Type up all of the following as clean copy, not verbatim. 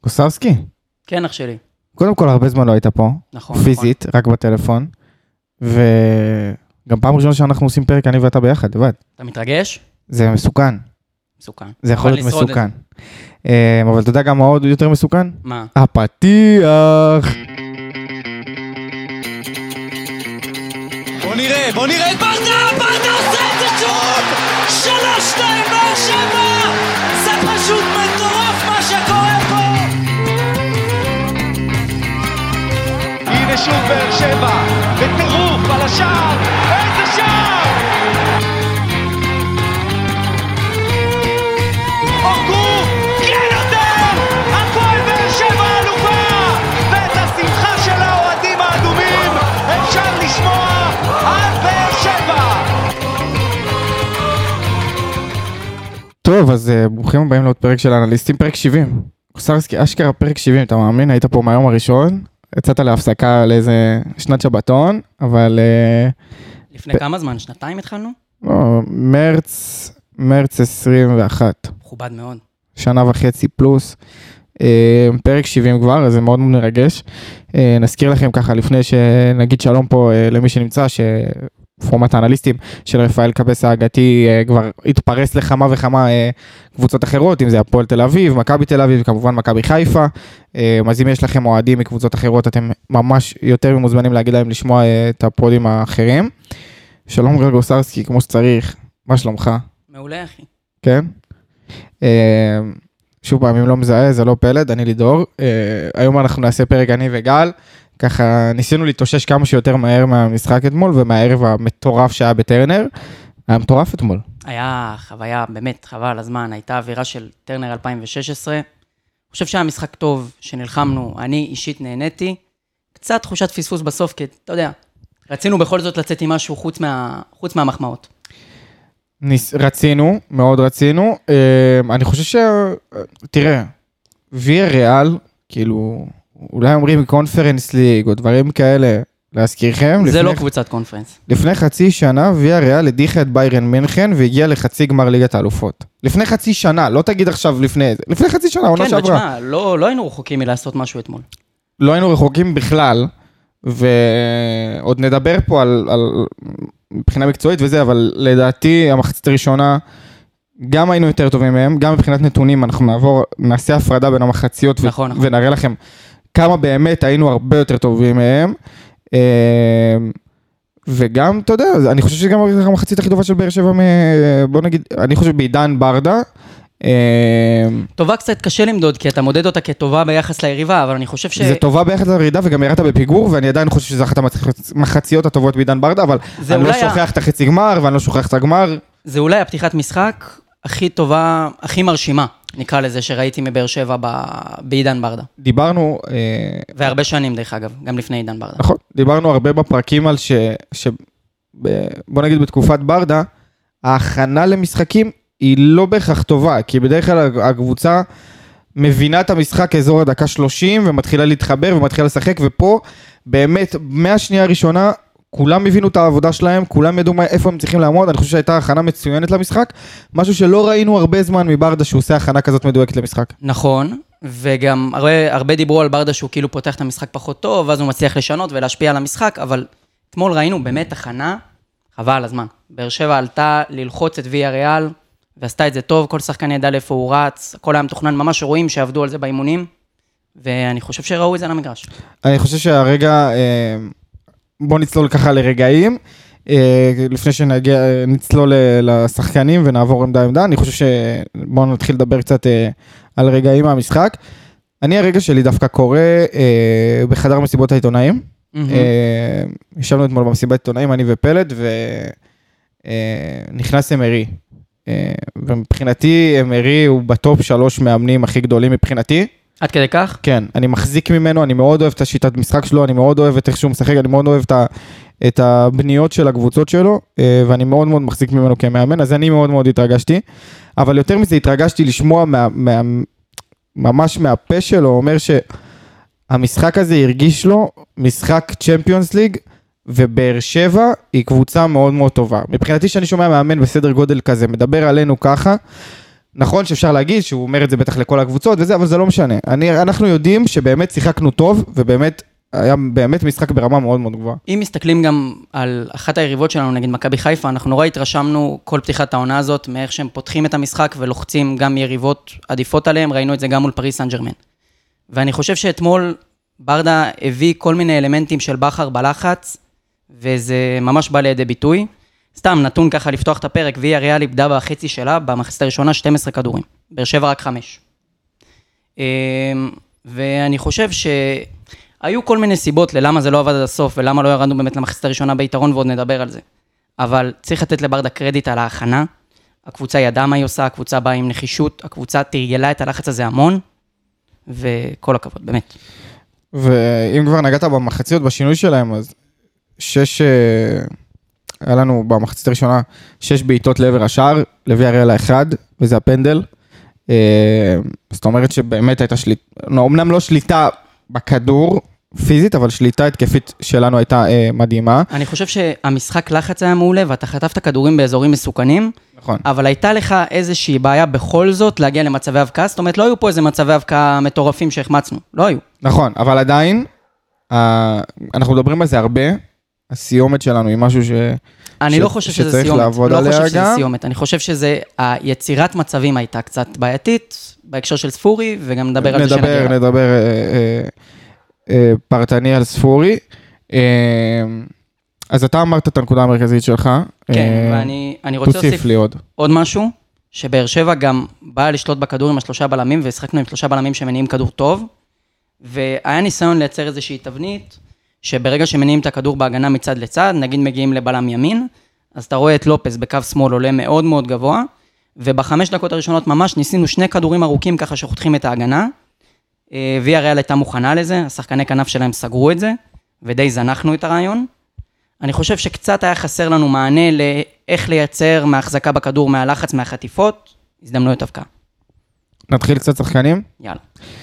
קוסרסקי? כן, אח שלי. קודם כל, הרבה זמן לא היית פה. נכון. פיזית, רק בטלפון. וגם פעם ראשונה שאנחנו עושים פרק, אני ואתה ביחד, לבד. אתה מתרגש? זה מסוכן. מסוכן. זה יכול להיות מסוכן. אבל אתה יודע גם מה עוד יותר מסוכן? מה? הפתיח. בוא נראה את ברדה עושה את זה שוב! 3-2 באר שבע! זה פשוט מטורף מה שקורה פה! הנה שוב באר שבע, בטירוף על השער! איזה שער! אורגו, כן יותר! הפועל באר שבע אלופה! ואת השמחה של האוהדים האדומים אפשר לשמוע עד באר שבע! טוב, אז ברוכים הבאים לעוד פרק של האנליסטים, פרק 70. קוסרסקי, אשכרה פרק 70, אתה מאמין? היית פה מהיום הראשון, יצאת להפסקה לאיזה שנת שבתון, אבל... לפני כמה זמן? שנתיים התחלנו? לא, מרץ 21. מכובד מאוד. שנה וחצי פלוס. פרק 70 כבר, אז זה מאוד מרגש. נזכיר לכם ככה, לפני שנגיד שלום פה למי שנמצא, שפורמט האנליסטים של רפאל קבס האגתי כבר התפרס לכמה וכמה קבוצות אחרות, אם זה הפועל תל אביב, מכבי תל אביב, וכמובן מכבי חיפה. אז אם יש לכם אוהדים מקבוצות אחרות, אתם ממש יותר ממוזמנים להגיד להם לשמוע את הפודים האחרים. שלום גרגו קוסרסקי, כמו שצריך, מה שלומך? מעולה, אחי. כן? שוב פעם, אם לא מזהה, זה לא פלד, אני לידור. היום אנחנו נעשה פרק אני וגל, ככה ניסינו להתאושש כמה שיותר מהר מהמשחק אתמול, ומהערב המטורף שהיה בטרנר. היה מטורף אתמול. היה חוויה, באמת, חווה על הזמן, הייתה אווירה של טרנר 2016. אני חושב שהיה משחק טוב, שנלחמנו, אני אישית נהניתי. קצת תחושת פספוס בסוף, כי אתה יודע, רצינו בכל זאת לצאת עם משהו חוץ מהמחמאות. רצינו, מאוד רצינו. אני חושב תראה, ויה ריאל, כאילו, אולי אומרים קונפרנס ליג, או דברים כאלה, להזכירכם. זה לא קבוצת קונפרנס. לפני חצי שנה, ויה ריאל הדיחה את ביירן מינכן, והגיע לחצי גמר ליגת האלופות. לפני חצי שנה, לא תגיד עכשיו לפני חצי שנה, עונה שעברה. כן, ותשמע, לא היינו רחוקים מלעשות משהו אתמול. לא היינו רחוקים בכלל, ועוד נדבר פה על מבחינה מקצועית וזה, אבל לדעתי המחצית הראשונה, גם היינו יותר טובים מהם, גם מבחינת נתונים, אנחנו נעשה הפרדה בין המחציות, נכון. ונראה לכם כמה באמת היינו הרבה יותר טובים מהם, וגם, אתה יודע, אני חושב שגם המחצית הכי טובה של באר שבע, בוא נגיד, אני חושב בעידן ברדה, טובה קצת קשה למדוד, כי אתה מודד אותה כטובה ביחס ליריבה, אבל אני חושב זה טובה ביחס לירידה, וגם ירדת בפיגור, ואני עדיין חושב שזה אחת המחציות הטובות בעידן ברדה, אבל אני לא שוכח את החצי גמר, ואני לא שוכח את הגמר. זה אולי הפתיחת משחק הכי טובה, הכי מרשימה, נקרא לזה, שראיתי מבאר שבע בעידן ברדה. דיברנו... והרבה שנים דרך אגב, גם לפני עידן ברדה. נכון, דיברנו הרבה בפרקים על בוא נגיד בתקופת ברדה, ההכנה למשחקים היא לא בהכרח טובה, כי בדרך כלל הקבוצה מבינה את המשחק אזור הדקה 30, ומתחילה להתחבר ומתחילה לשחק, ופה באמת מהשנייה הראשונה, כולם הבינו את העבודה שלהם, כולם ידעו איפה הם צריכים לעמוד, אני חושב שהייתה הכנה מצוינת למשחק, משהו שלא ראינו הרבה זמן מברדה שהוא עושה הכנה כזאת מדויקת למשחק. נכון, וגם הרבה דיברו על ברדה שהוא כאילו פותח את המשחק פחות טוב, ואז הוא מצליח לשנות ולהשפיע על המשחק, אבל אתמול ראינו באמת הכנה, חבל על הזמן. באר שבע עלתה ללחוץ את ויה ריאל, ועשתה את זה טוב, כל שחקן ידע לאיפה הוא רץ, הכל היה מתוכנן, ממש רואים שעבדו על זה באימונים, ואני חושב שראו את זה על המגרש. אני חושב שהרגע, בוא נצלול ככה לרגעים, לפני שנצלול לשחקנים ונעבור עמדה, אני חושב שבואו נתחיל לדבר קצת על רגעים מהמשחק. אני הרגע שלי דווקא קורא בחדר מסיבות העיתונאים, ישבנו אתמול במסיבת עיתונאים, אני ופלד, ונכנס אמרי. ומבחינתי אמרי הוא בטופ 3 מאמנים הכי גדולים מבחינתי. עד כדי כך? כן, אני מחזיק ממנו, אני מאוד אוהב את השיטת משחק שלו, אני מאוד אוהב את איך שהוא משחק, אני מאוד אוהב את הבניות של הקבוצות שלו, ואני מאוד מאוד מחזיק ממנו כמאמן, אז אני מאוד מאוד התרגשתי, אבל יותר מזה התרגשתי לשמוע ממש מהפה שלו, אומר שהמשחק הזה הרגיש לו משחק צ'מפיונס ליג, ובאר שבע היא קבוצה מאוד מאוד טובה. מבחינתי שאני שומע מאמן בסדר גודל כזה, מדבר עלינו ככה, נכון שאפשר להגיד שהוא אומר את זה בטח לכל הקבוצות וזה, אבל זה לא משנה. אנחנו יודעים שבאמת שיחקנו טוב, ובאמת היה באמת משחק ברמה מאוד מאוד גבוהה. אם מסתכלים גם על אחת היריבות שלנו, נגיד מכבי חיפה, אנחנו נורא התרשמנו כל פתיחת העונה הזאת, מאיך שהם פותחים את המשחק ולוחצים גם יריבות עדיפות עליהם, ראינו את זה גם מול פריס סן ז'רמן. ואני חושב שאתמול ברדה הביא כל מיני אלמנטים של בחר בלחץ, וזה ממש בא לידי ביטוי. סתם נתון ככה לפתוח את הפרק, ויה ריאל איבדה בחצי שלה, במחצית הראשונה 12 כדורים, באר שבע רק 5. ואני חושב שהיו כל מיני סיבות ללמה זה לא עבד עד הסוף, ולמה לא ירדנו באמת למחצית הראשונה ביתרון, ועוד נדבר על זה. אבל צריך לתת לברדה קרדיט על ההכנה, הקבוצה ידעה מה היא עושה, הקבוצה באה עם נחישות, הקבוצה תרגלה את הלחץ הזה המון, וכל הכבוד, באמת. ואם כבר נגעת במחציות, בשינוי שלהם, אז 6... היה לנו במחצית הראשונה 6 בעיטות לעבר השער, לוי הריאל האחד, וזה הפנדל. זאת אומרת שבאמת הייתה שליטה, אמנם לא שליטה בכדור פיזית, אבל שליטה התקפית שלנו הייתה מדהימה. אני חושב שהמשחק לחץ היה מעולה, ואתה חטפת כדורים באזורים מסוכנים, נכון. אבל הייתה לך איזושהי בעיה בכל זאת להגיע למצבי אבקה, זאת אומרת לא היו פה איזה מצבי אבקה מטורפים שהחמצנו, לא היו. נכון, אבל עדיין, אנחנו מדברים על זה הרבה, הסיומת שלנו היא משהו אני לא חושב שזה שצריך סיומת, לעבוד לא עליה חושב שזה גם. סיומת, אני חושב שזה, היצירת מצבים הייתה קצת בעייתית, בהקשר של ספורי, וגם נדבר על זה שנגיע. נדבר פרטני על ספורי. אז אתה אמרת את הנקודה המרכזית שלך. כן, ואני רוצה תוסיף לי עוד משהו, שבאר שבע גם באה לשלוט בכדור עם 3 בלמים, והשחקנו עם 3 בלמים שמניעים כדור טוב, והיה ניסיון לייצר איזושהי תבנית, שברגע שמניעים את הכדור בהגנה מצד לצד, נגיד מגיעים לבלם ימין, אז אתה רואה את לופס בקו שמאל עולה מאוד מאוד גבוה, וב5 דקות הראשונות ממש ניסינו 2 כדורים ארוכים ככה שחותכים את ההגנה, ויה ריאל הייתה מוכנה לזה, השחקני כנף שלהם סגרו את זה, ודי זנחנו את הרעיון. אני חושב שקצת היה חסר לנו מענה לאיך לייצר מההחזקה בכדור, מהלחץ, מהחטיפות, הזדמנויות אבקה. נתחיל קצת שחקנים? יאללה.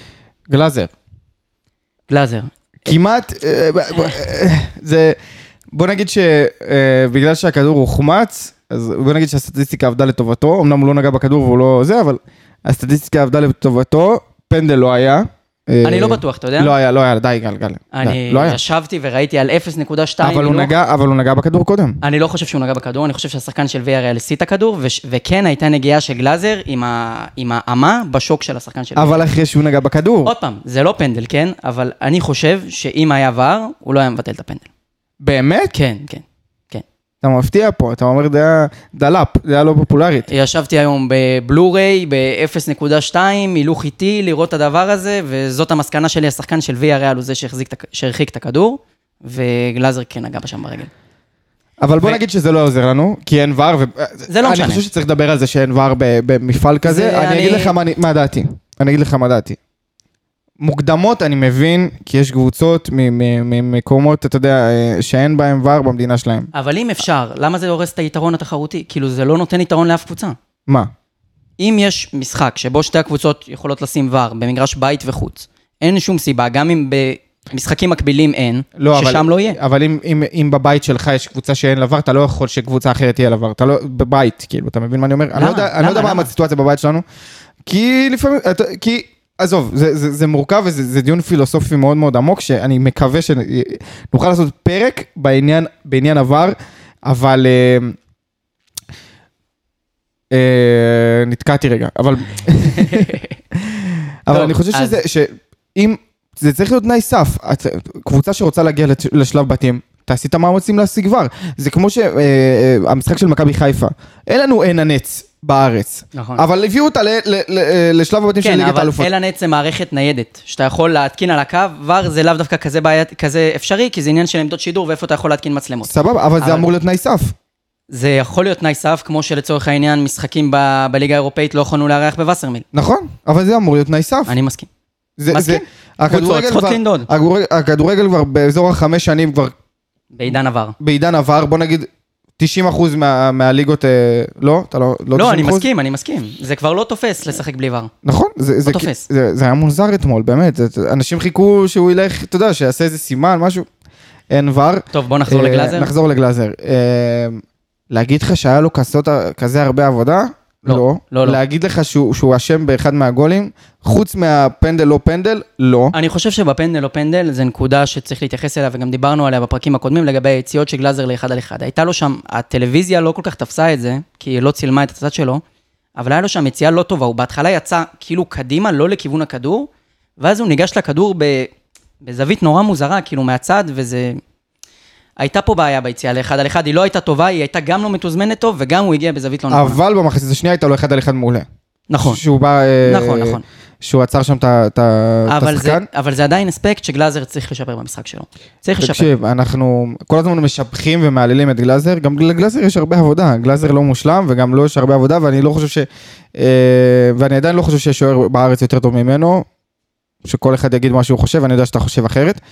גלאזר. כמעט, זה, בוא נגיד שבגלל שהכדור הוחמץ, אז בוא נגיד שהסטטיסטיקה עבדה לטובתו, אמנם הוא לא נגע בכדור והוא לא זה, אבל הסטטיסטיקה עבדה לטובתו, פנדל לא היה. אני לא בטוח, אתה יודע? לא היה, די, גל. אני ישבתי וראיתי על 0.2. אבל הוא נגע בכדור קודם. אני לא חושב שהוא נגע בכדור, אני חושב שהשחקן של ויה ריאל הסיט הכדור, וכן הייתה נגיעה של גלאזר עם האמה בשוק של השחקן של ויה. אבל אחרי שהוא נגע בכדור. עוד פעם, זה לא פנדל, כן? אבל אני חושב שאם היה ור, הוא לא היה מבטל את הפנדל. באמת? כן. אתה מפתיע פה, אתה אומר דלאפ, זה היה לא פופולרית. ישבתי היום בבלוריי, ב-0.2, הילוך איתי לראות את הדבר הזה, וזאת המסקנה שלי, השחקן של ויה ריאל הוא זה שהרחיק את הכדור, וגלאזר כן נגע בשם ברגל. אבל בוא נגיד שזה לא עוזר לנו, כי אין ור, זה לא משנה. אני חושב שצריך לדבר על זה שאין ור במפעל כזה, אני אגיד לך מה דעתי. מוקדמות אני מבין, כי יש קבוצות ממקומות, אתה יודע, שאין בהם ור במדינה שלהם. אבל אם אפשר, למה זה הורס את היתרון התחרותי? כאילו זה לא נותן יתרון לאף קבוצה. מה? אם יש משחק שבו שתי הקבוצות יכולות לשים ור, במגרש בית וחוץ, אין שום סיבה, גם אם במשחקים מקבילים אין, ששם לא יהיה. אבל אם בבית שלך יש קבוצה שאין לה ור, אתה לא יכול שקבוצה אחרת תהיה לה ור, אתה לא, בבית, כאילו, אתה מבין מה אני אומר? אני לא יודע מה הסיטואציה בבית שלנו, כי לפעמים, עזוב, זה מורכב וזה דיון פילוסופי מאוד מאוד עמוק, שאני מקווה שנוכל לעשות פרק בעניין עבר, אבל נתקעתי רגע, אבל אני חושב שאם, זה צריך להיות תנאי סף, קבוצה שרוצה להגיע לשלב בתים, תעשי את המאמצים להשיג כבר, זה כמו שהמשחק של מכבי חיפה, אין לנו אין הנץ, בארץ. נכון. אבל הביאו אותה לשלב הבתים של ליגת האלופות. כן, אבל אלנץ זה מערכת ניידת, שאתה יכול להתקין על הקו, ור זה לאו דווקא כזה אפשרי, כי זה עניין של עמדות שידור, ואיפה אתה יכול להתקין מצלמות. סבבה, אבל זה אמור להיות תנאי סף. זה יכול להיות תנאי סף, כמו שלצורך העניין, משחקים בליגה האירופאית לא יכולנו לארח בווסרמיל. נכון, אבל זה אמור להיות תנאי סף. אני מסכים. מסכים. הכדורגל כבר באזור 5 שנים כבר... בעידן עבר, בוא נגיד 90% מהליגות, לא? לא, אני מסכים. זה כבר לא תופס לשחק בלי ור. נכון. לא תופס. זה היה מוזר אתמול, באמת. אנשים חיכו שהוא ילך, אתה יודע, שיעשה איזה סימן, משהו. אין ור. טוב, בוא נחזור לגלאזר. להגיד לך שהיה לו כזה הרבה עבודה, לא. לא. להגיד לך שהוא אשם באחד מהגולים, חוץ מהפנדל לא פנדל, לא. אני חושב שבפנדל לא פנדל, זה נקודה שצריך להתייחס אליה, וגם דיברנו עליה בפרקים הקודמים, לגבי היציאות של גלאזר לאחד על אחד. הייתה לו שם, הטלוויזיה לא כל כך תפסה את זה, כי היא לא צילמה את הצד שלו, אבל היה לו שם יציאה לא טובה, הוא בהתחלה יצא כאילו קדימה, לא לכיוון הכדור, ואז הוא ניגש לכדור בזווית נורא מוזרה, כאילו מהצד, וזה... הייתה פה בעיה ביציאה לאחד על אחד, היא לא הייתה טובה, היא הייתה גם לא מתוזמנת טוב, וגם הוא הגיע בזווית לא נכונה. אבל במחצית השנייה הייתה לו אחד על אחד מעולה. נכון. שהוא בא... נכון. שהוא עצר שם את השחקן. אבל זה עדיין אספקט שגלאזר צריך לשפר במשחק שלו. צריך לשפר. תקשיב, אנחנו כל הזמן משבחים ומעלילים את גלאזר, גם לגלאזר יש הרבה עבודה, גלאזר לא מושלם וגם לו יש הרבה עבודה, ואני לא חושב ואני עדיין לא חושב שיש שוער בארץ יותר טוב ממנו, שכל אחד יגיד מה שהוא חושב, אני יודע שאתה חושב אחרת.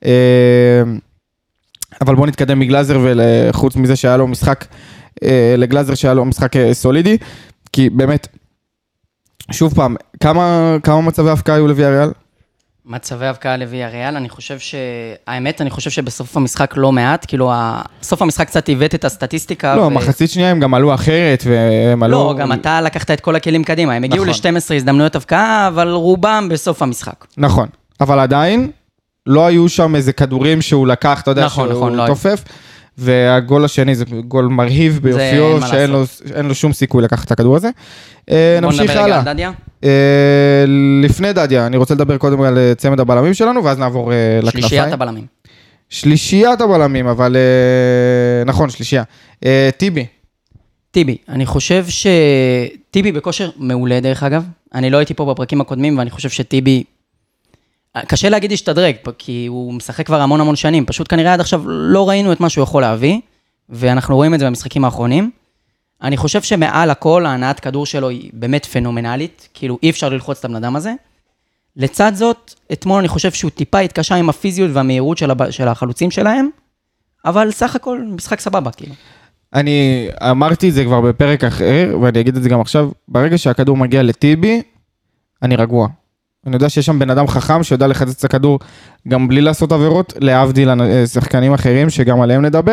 אבל בוא נתקדם מגלאזר, וחוץ מזה שהיה לו משחק, לגלאזר שהיה לו משחק סולידי, כי באמת, שוב פעם, כמה מצבי הפקעה היו לוויאריאל? מצבי הפקעה לוויאריאל, אני חושב שבסוף המשחק לא מעט, כאילו, סוף המשחק קצת היבט את הסטטיסטיקה. לא, מחצית שנייה הם גם עלו אחרת, והם עלו... לא, גם אתה לקחת את כל הכלים קדימה, הם הגיעו ל-12 הזדמנויות הפקעה, אבל רובם בסוף המשחק. נכון, אבל עדיין, לא היו שם איזה כדורים שהוא לקח, אתה יודע, נכון, שהוא תופף, והגול השני זה גול מרהיב ביופיו, שאין לו שום סיכוי לקחת את הכדור הזה. נמשיך הלאה. בוא נדבר רגע על דדיה. לפני דדיה, אני רוצה לדבר קודם על צמד הבלמים שלנו, ואז נעבור לכנפיים. שלישיית הבלמים. שלישיית הבלמים, אבל נכון, שלישייה. טיבי, אני חושב שטיבי בכושר מעולה דרך אגב, אני לא הייתי פה בפרקים הקודמים, ואני חושב שטיבי, קשה להגיד השתדרג, כי הוא משחק כבר המון שנים, פשוט כנראה עד עכשיו לא ראינו את מה שהוא יכול להביא, ואנחנו רואים את זה במשחקים האחרונים. אני חושב שמעל הכל, ההנעת כדור שלו היא באמת פנומנלית, כאילו אי אפשר ללחוץ את הבן אדם הזה. לצד זאת, אתמול אני חושב שהוא טיפה התקשה עם הפיזיות והמהירות של החלוצים שלהם, אבל סך הכל משחק סבבה, כאילו. אני אמרתי את זה כבר בפרק אחר, ואני אגיד את זה גם עכשיו, ברגע שהכדור מגיע לטיבי, אני רגוע. אני יודע שיש שם בן אדם חכם שיודע לחצץ את הכדור גם בלי לעשות עבירות, להבדיל שחקנים אחרים שגם עליהם נדבר.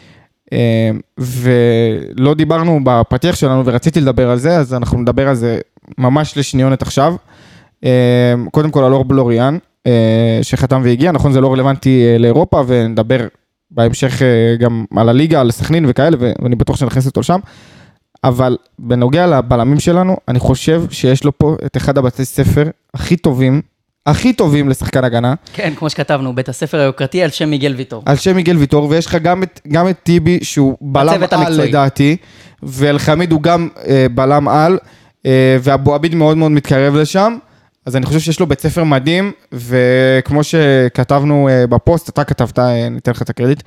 ולא דיברנו בפתיח שלנו ורציתי לדבר על זה, אז אנחנו נדבר על זה ממש לשניונת עכשיו. קודם כל על אור בלוריאן, שחתם והגיע, נכון זה לא רלוונטי לאירופה, ונדבר בהמשך גם על הליגה, על סכנין וכאלה, ואני בטוח שנכנס אותו לשם. אבל בנוגע לבלמים שלנו, אני חושב שיש לו פה את אחד הבתי ספר הכי טובים לשחקן הגנה. כן, כמו שכתבנו, בית הספר היוקרתי על שם מיגל ויטור. על שם מיגל ויטור, ויש לך גם את טיבי, שהוא בלם על לדעתי, ואלחמיד הוא גם בלם על, ואבו עביד מאוד מאוד מתקרב לשם, אז אני חושב שיש לו בית ספר מדהים, וכמו שכתבנו בפוסט, אתה כתבת, ניתן לך את הקרדיט,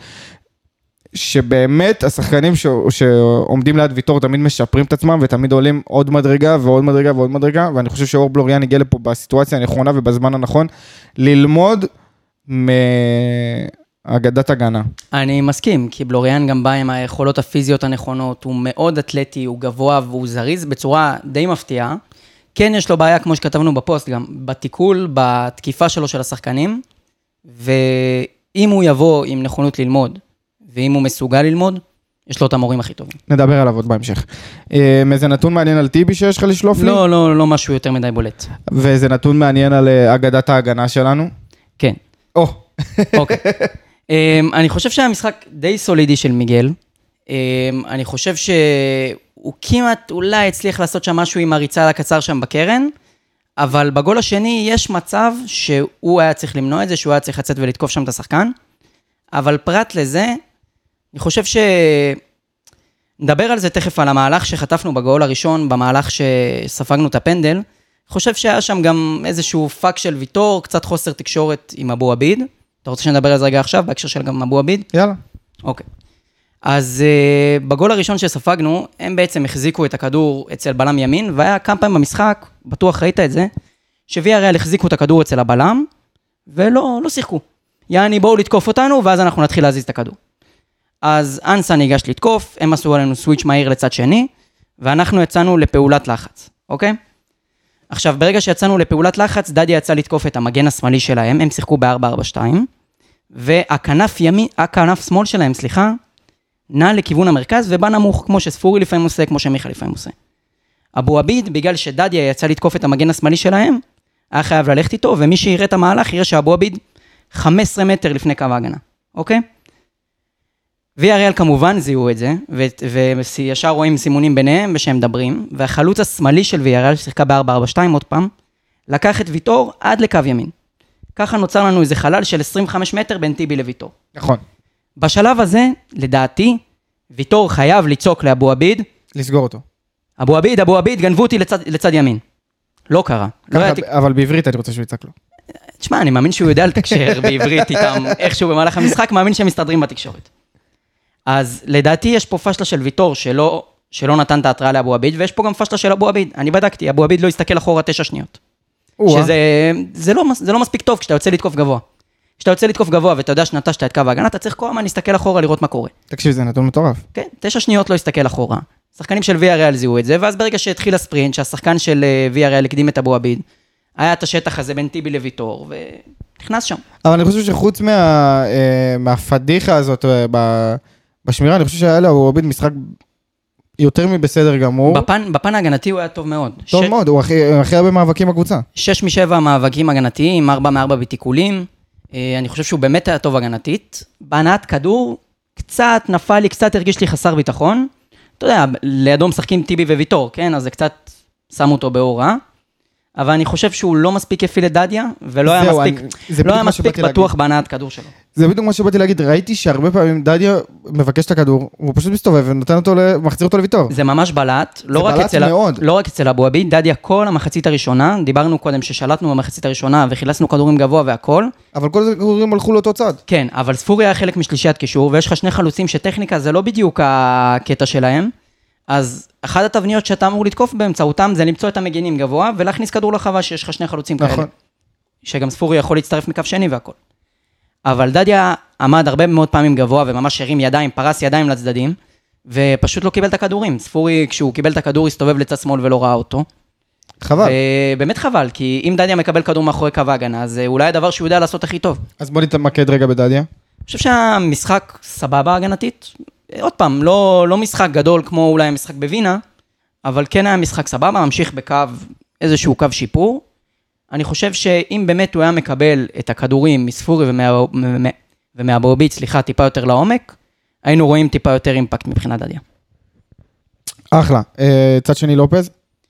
שבאמת השחקנים שעומדים ליד ויטור תמיד משפרים את עצמם, ותמיד עולים עוד מדרגה ועוד מדרגה ועוד מדרגה, ואני חושב שאור בלוריאן הגיע לפה בסיטואציה הנכונה ובזמן הנכון, ללמוד מאגדת הגנה. אני מסכים, כי בלוריאן גם בא עם היכולות הפיזיות הנכונות, הוא מאוד אתלטי, הוא גבוה והוא זריז בצורה די מפתיעה. כן, יש לו בעיה, כמו שכתבנו בפוסט, גם בתיקול, בתקיפה שלו של השחקנים, ואם הוא יבוא עם נכונות ללמוד, ואם הוא מסוגל ללמוד, יש לו את המורים הכי טובים. נדבר עליו עוד בהמשך. איזה נתון מעניין על טיבי שיש לך לשלוף לי? לא משהו יותר מדי בולט. ואיזה נתון מעניין על אגדת ההגנה שלנו? כן. אוקיי. אני חושב שהמשחק די סולידי של מיגל. אני חושב שהוא כמעט אולי הצליח לעשות שם משהו עם הריצה לקצר שם בקרן, אבל בגול השני יש מצב שהוא היה צריך למנוע את זה, שהוא היה צריך לצאת ולתקוף שם את השחקן, אבל פרט לזה, אני חושב נדבר על זה תכף, על המהלך שחטפנו בגול הראשון, במהלך שספגנו את הפנדל, אני חושב שהיה שם גם איזשהו פאק של ויטור, קצת חוסר תקשורת עם אבו עביד. אתה רוצה שנדבר על זה רגע עכשיו, בהקשר של גם אבו עביד? יאללה. אוקיי. אז בגול הראשון שספגנו, הם בעצם החזיקו את הכדור אצל בלם ימין, והיה כמה פעמים במשחק, בטוח ראית את זה, שוויאריאל החזיקו את הכדור אצל הבלם, ולא שיחקו. יעני, בואו לתקוף אותנו, ואז אנחנו נתחיל להזיז את הכדור. אז אנסה ניגש לתקוף, הם עשו עלינו סוויץ' מהיר לצד שני, ואנחנו יצאנו לפעולת לחץ, אוקיי? עכשיו, ברגע שיצאנו לפעולת לחץ, דדיה יצא לתקוף את המגן השמאלי שלהם, הם שיחקו ב-4-4-2, והכנף שמאל שלהם, נע לכיוון המרכז, ובא נמוך, כמו שספורי לפעמים עושה, כמו שמיכה לפעמים עושה. אבו עביד, בגלל שדדיה יצא לתקוף את המגן השמאלי שלהם, היה חייב ללכת איתו, ומי שיראה את המהלך, יראה שאבו עביד 15 מטר לפני קו ההגנה, אוקיי? ויאריאל כמובן זיהו את זה, וישר רואים סימונים ביניהם, ושהם מדברים, והחלוץ השמאלי של ויאריאל, ששיחקה ב-4-4-2 עוד פעם, לקח את ויטור עד לקו ימין. ככה נוצר לנו איזה חלל של 25 מטר בין טיבי לויטור. נכון. בשלב הזה, לדעתי, ויטור חייב לצעוק לאבו עביד, לסגור אותו. אבו עביד, גנבו אותי לצד ימין. לא קרה. אבל בעברית אני רוצה שהוא יצעק לו. תשמע, אני מאמין שהוא יודע לתקשר בעברית איתם, איכשהו במהלך המשחק, מאמין שהם מסתדרים בתקשורת. אז לדעתי יש פה פשלה של ויטור שלא נתן את ההתראה לאבו עביד, ויש פה גם פשלה של אבו עביד. אני בדקתי, אבו עביד לא הסתכל אחורה 9 שניות. שזה לא מספיק טוב כשאתה יוצא לתקוף גבוה. כשאתה יוצא לתקוף גבוה ואתה יודע שנטשת את קו ההגנה, אתה צריך כל הזמן להסתכל אחורה לראות מה קורה. תקשיב, זה נתון מטורף. כן, 9 שניות לא הסתכל אחורה. שחקנים של ויאריאל זיהו את זה, ואז ברגע שהתחיל הספרינט, שהשחקן של ויאריאל הקדים את אבו עביד, היה את השטח הזה בין טיבי לויטור, ונכנס שם. אבל אני חושב שחוץ מהפדיחה הזאת בשמירה, אני חושב שהיה לאבו עביד משחק יותר מבסדר גמור. בפן ההגנתי הוא היה טוב מאוד. טוב מאוד, הוא הכי הרבה מאבקים בקבוצה. 6 מ-7 מאבקים הגנתיים, 4 מ-4 בתיקולים. אני חושב שהוא באמת היה טוב הגנתית. בהנעת כדור, קצת נפל לי, קצת הרגיש לי חסר ביטחון. אתה יודע, לידו משחקים טיבי וויטור, כן? אז זה קצת שם אותו באורה. אבל אני חושב שהוא לא מספיק יפי לדדיה, ולא היה מספיק בטוח בהנעת כדור שלו. זה בדיוק מה שבאתי להגיד, ראיתי שהרבה פעמים דדיה מבקש את הכדור, הוא פשוט מסתובב ונותן אותו, מחזיר אותו לויטור. זה ממש בלט, לא רק אצל אבו עביד, דדיה כל המחצית הראשונה, דיברנו קודם ששלטנו במחצית הראשונה וחילסנו כדורים גבוה והכל. אבל כל הכדורים הלכו לאותו צד. כן, אבל ספורי היה חלק משלישיית קישור, ויש לך 2 חלוצים שטכניקה זה לא בדיוק הקטע שלהם. אז אחת התבניות שאתה אמור לתקוף באמצעותם זה למצוא את המגנים גבוה ולהכניס כדור לחווה שיש לך 2 חלוצים כאלה. נכון. שגם ספורי יכול להצטרף מקו שני והכל. אבל דדיה עמד הרבה מאוד פעמים גבוה וממש הרים ידיים, פרס ידיים לצדדים, ופשוט לא קיבל את הכדורים. ספורי כשהוא קיבל את הכדור הסתובב לצד שמאל ולא ראה אותו. חבל. באמת חבל, כי אם דדיה מקבל כדור מאחורי קו ההגנה, זה אולי הדבר שהוא יודע לעשות הכי טוב. אז בוא נתמקד רגע בדדיה. אני חושב שהמשחק סבבה הגנתית. עוד פעם, לא משחק גדול כמו אולי המשחק בווינה, אבל כן היה משחק סבבה, ממשיך בקו, איזשהו קו שיפור. אני חושב שאם באמת הוא היה מקבל את הכדורים מספורי ומאבו עביד, סליחה, טיפה יותר לעומק, היינו רואים טיפה יותר אימפקט מבחינת דדיה. אחלה. צד שני לופז?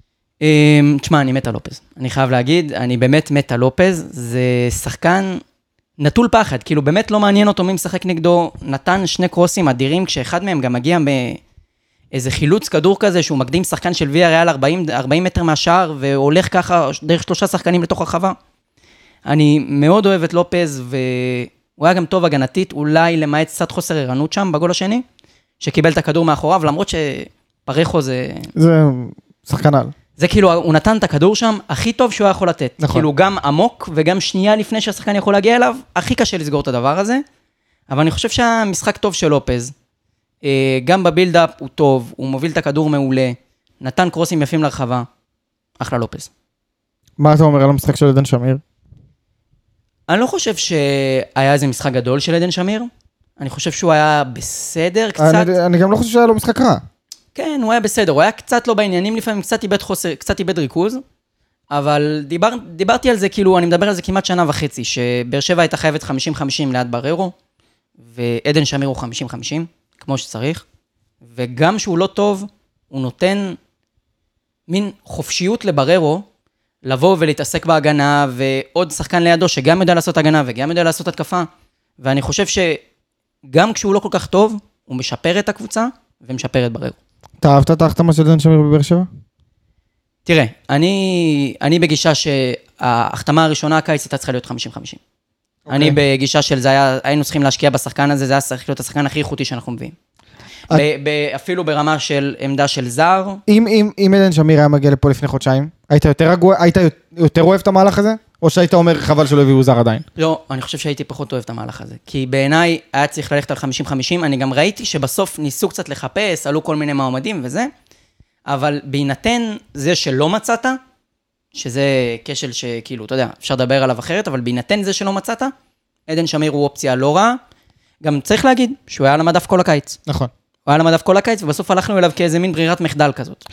תשמע, אני מת על לופז. אני חייב להגיד, אני באמת מת על לופז. זה שחקן נטול פחד, כאילו באמת לא מעניין אותו מי משחק נגדו, נתן 2 קרוסים אדירים, כשאחד מהם גם מגיע באיזה חילוץ כדור כזה, שהוא מקדים שחקן של ויאריאל 40 מטר מהשער, והולך ככה דרך 3 שחקנים לתוך הרחבה. אני מאוד אוהב את לופז, והוא היה גם טוב הגנתית, אולי למעט קצת חוסר ערנות שם בגול השני, שקיבל את הכדור מאחוריו, למרות שפרחו זה שחקן על. זה כאילו, הוא נתן את הכדור שם, הכי טוב שהוא יכול לתת. נכון. כאילו, גם עמוק, וגם שנייה לפני שהשחקן יכול להגיע אליו, הכי קשה לסגור את הדבר הזה. אבל אני חושב שהמשחק טוב של לופז, גם בבילדאפ הוא טוב, הוא מוביל את הכדור מעולה, נתן קרוסים יפים לרחבה, אחלה לופז. מה אתה אומר על המשחק של עדן שמיר? אני לא חושב שהיה איזה משחק גדול של עדן שמיר, אני חושב שהוא היה בסדר קצת. אני גם לא חושב שהיה לו משחק רע. כן, הוא היה בסדר, הוא היה קצת לא בעניינים לפעמים, קצת איבד ריכוז, אבל דיברתי על זה, כאילו, אני מדבר על זה כמעט 1.5 שנה, שבאר שבע הייתה חייבת 50-50 ליד בררו, ועדן שמיר הוא 50-50, כמו שצריך, וגם שהוא לא טוב, הוא נותן מין חופשיות לבררו, לבוא ולהתעסק בהגנה, ועוד שחקן לידו שגם יודע לעשות הגנה, וגם יודע לעשות התקפה, ואני חושב שגם כשהוא לא כל כך טוב, הוא משפר את הקבוצה, ומשפר את בררו. אתה אהבת את ההחתמה של עדן שמיר בבאר שבע? תראה, אני בגישה שההחתמה הראשונה הקיץ הייתה צריכה להיות 50-50. אני בגישה של זה היינו צריכים להשקיע בשחקן הזה, זה היה צריך להיות השחקן הכי איכותי שאנחנו מביאים. אפילו ברמה של עמדה של זר. אם עדן שמיר היה מגיע לפה לפני חודשיים, היית יותר אוהב את המהלך הזה? או שהיית אומר חבל שלא הביאו זר עדיין? לא, אני חושב שהייתי פחות אוהב את המהלך הזה. כי בעיניי היה צריך ללכת על 50-50, אני גם ראיתי שבסוף ניסו קצת לחפש, עלו כל מיני מעומדים וזה, אבל בהינתן זה שלא מצאת, שזה כשל שכאילו, אתה יודע, אפשר לדבר עליו אחרת, אבל בהינתן זה שלא מצאת, עדן שמיר הוא אופציה לא רעה, גם צריך להגיד שהוא היה על המדף כל הקיץ. נכון. הוא היה על המדף כל הקיץ, ובסוף הלכנו אליו כאיזה מין ברירת מחדל כזאת.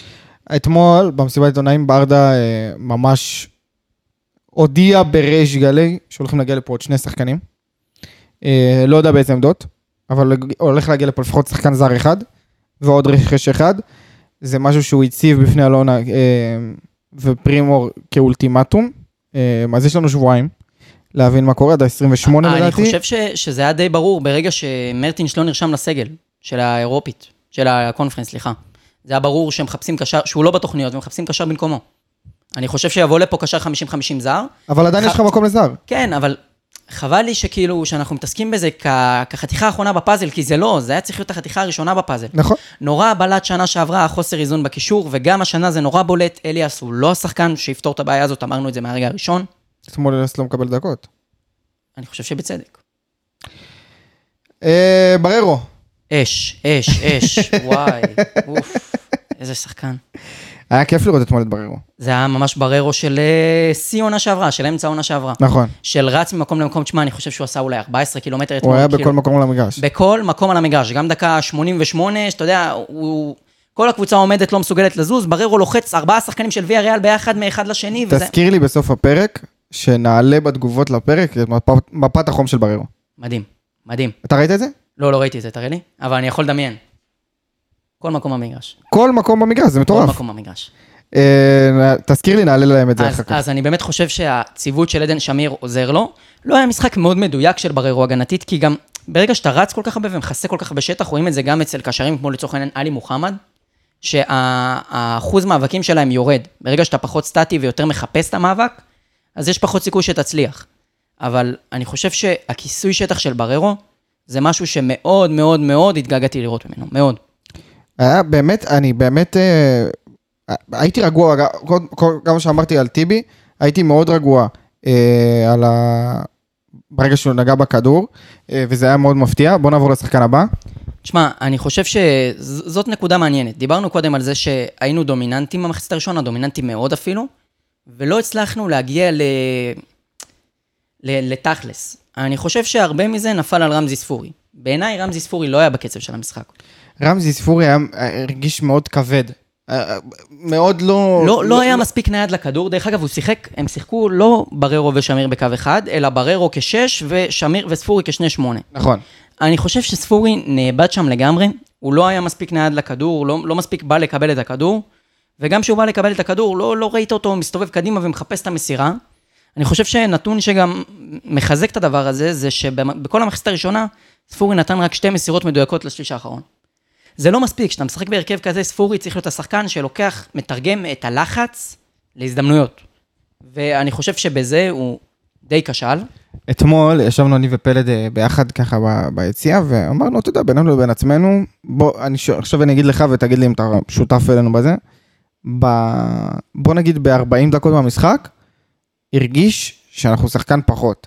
אתמול, במסיבת עיתונאים, ברדה ממש הודיע בריש גלי, שהולכים להגיע לפה עוד 2 שחקנים. לא יודע באיזה עמדות, אבל הולך להגיע לפה לפחות שחקן זר אחד, ועוד רכש אחד. זה משהו שהוא הציב בפני אלונה ופרימור כאולטימטום. אז יש לנו שבועיים להבין מה קורה, עד ה-28 לדעתי. אני חושב שזה היה די ברור, ברגע שמרטינש לא נרשם לסגל, של האירופית, של הקונפרנס, סליחה. זה היה ברור שהם מחפשים קשר, שהוא לא בתוכניות, והם מחפשים קשר במקומו. אני חושב שיבוא לפה קשר 50-50 זר. אבל עדיין יש לך מקום לזר. כן, אבל חבל לי שכאילו, שאנחנו מתעסקים בזה כחתיכה האחרונה בפאזל, כי זה לא, זה היה צריך להיות החתיכה הראשונה בפאזל. נכון. נורא בלט שנה שעברה, החוסר איזון בקישור, וגם השנה זה נורא בולט, אליאס הוא לא השחקן שיפתור את הבעיה הזאת, אמרנו את זה מהרגע הראשון. אתמול אליאס לא מקבל דקות. אני חושב שבצדק. בררו. אש, וואי, אוף, איזה שחקן. היה כיף לראות אתמול את בררו. זה היה ממש בררו של שיא עונה שעברה, של אמצע עונה שעברה. נכון. של רץ ממקום למקום, תשמע, אני חושב שהוא עשה אולי 14 קילומטר. הוא היה בכל מקום על המגרש. בכל מקום על המגרש, גם דקה 88, שאתה יודע, כל הקבוצה עומדת לא מסוגלת לזוז, בררו לוחץ 4 שחקנים של ויה ריאל ביחד מאחד לשני. תזכיר לי בסוף הפרק, שנעלה בתגובות לפרק, את מפת החום של בררו. מדהים, מדהים. אתה ראית את זה? לא ראיתי את זה, תראה לי, אבל אני יכול לדמיין. כל מקום במגרש. כל מקום במגרש, זה מטורף. כל מקום במגרש. תזכיר לי, נעלה להם את זה אחר כך. אז אני באמת חושב שהציוות של עדן שמיר עוזר לו. לא היה משחק מאוד מדויק של בררו הגנתית, כי גם ברגע שאתה רץ כל כך הרבה ומחסה כל כך בשטח, רואים את זה גם אצל קשרים, כמו לצורך העניין עלי מוחמד, שהאחוז מאבקים שלהם יורד. ברגע שאתה פחות סטטי ויותר מחפש את המאבק, אז יש פחות סיכוי שתצליח. אבל אני חושב שהכיסוי שטח של בררו, זה משהו שמאוד מאוד מאוד התגעגעתי לראות ממנו, מאוד. באמת, אני באמת, הייתי רגוע, גם שאמרתי על טיבי, הייתי מאוד רגוע ברגע שהוא נגע בכדור, וזה היה מאוד מפתיע. בוא נעבור לשחקן הבא. תשמע, אני חושב שזאת נקודה מעניינת. דיברנו קודם על זה שהיינו דומיננטים במחצית הראשונה, דומיננטים מאוד אפילו, ולא הצלחנו להגיע לתכלס. אני חושב שהרבה מזה נפל על רמזי ספורי. בעיניי רמזי ספורי לא היה בקצב של המשחק. רמזי ספורי הרגיש מאוד כבד. מאוד לא היה מספיק נייד לכדור. דרך אגב, הם שיחקו לא בררו ושמיר בקו אחד, אלא בררו כ6 ושמיר וספורי כ2-8. נכון. אני חושב שספורי נאבד שם לגמרי. הוא לא היה מספיק נייד לכדור, לא מספיק בא לקבל את הכדור. וגם כשהוא בא לקבל את הכדור, לא ראית אותו מסתובב קדימה ומחפש את המסירה. אני חושב שנתון שגם מחזק את הדבר הזה, זה שבכל המחצית הראשונה, ספורי נתן רק 2 מסירות מדויקות לשליש האחרון. זה לא מספיק, כשאתה משחק בהרכב כזה, ספורי צריך להיות השחקן שלוקח, מתרגם את הלחץ להזדמנויות. ואני חושב שבזה הוא די כשל. אתמול ישבנו אני ופלד ביחד ככה ביציאה, ואמרנו, אתה יודע, בינינו לבין עצמנו, עכשיו אני אגיד לך ותגיד לי אם אתה שותף אלינו בזה, בוא נגיד ב-40 דקות מהמשחק, הרגיש שאנחנו שחקן פחות.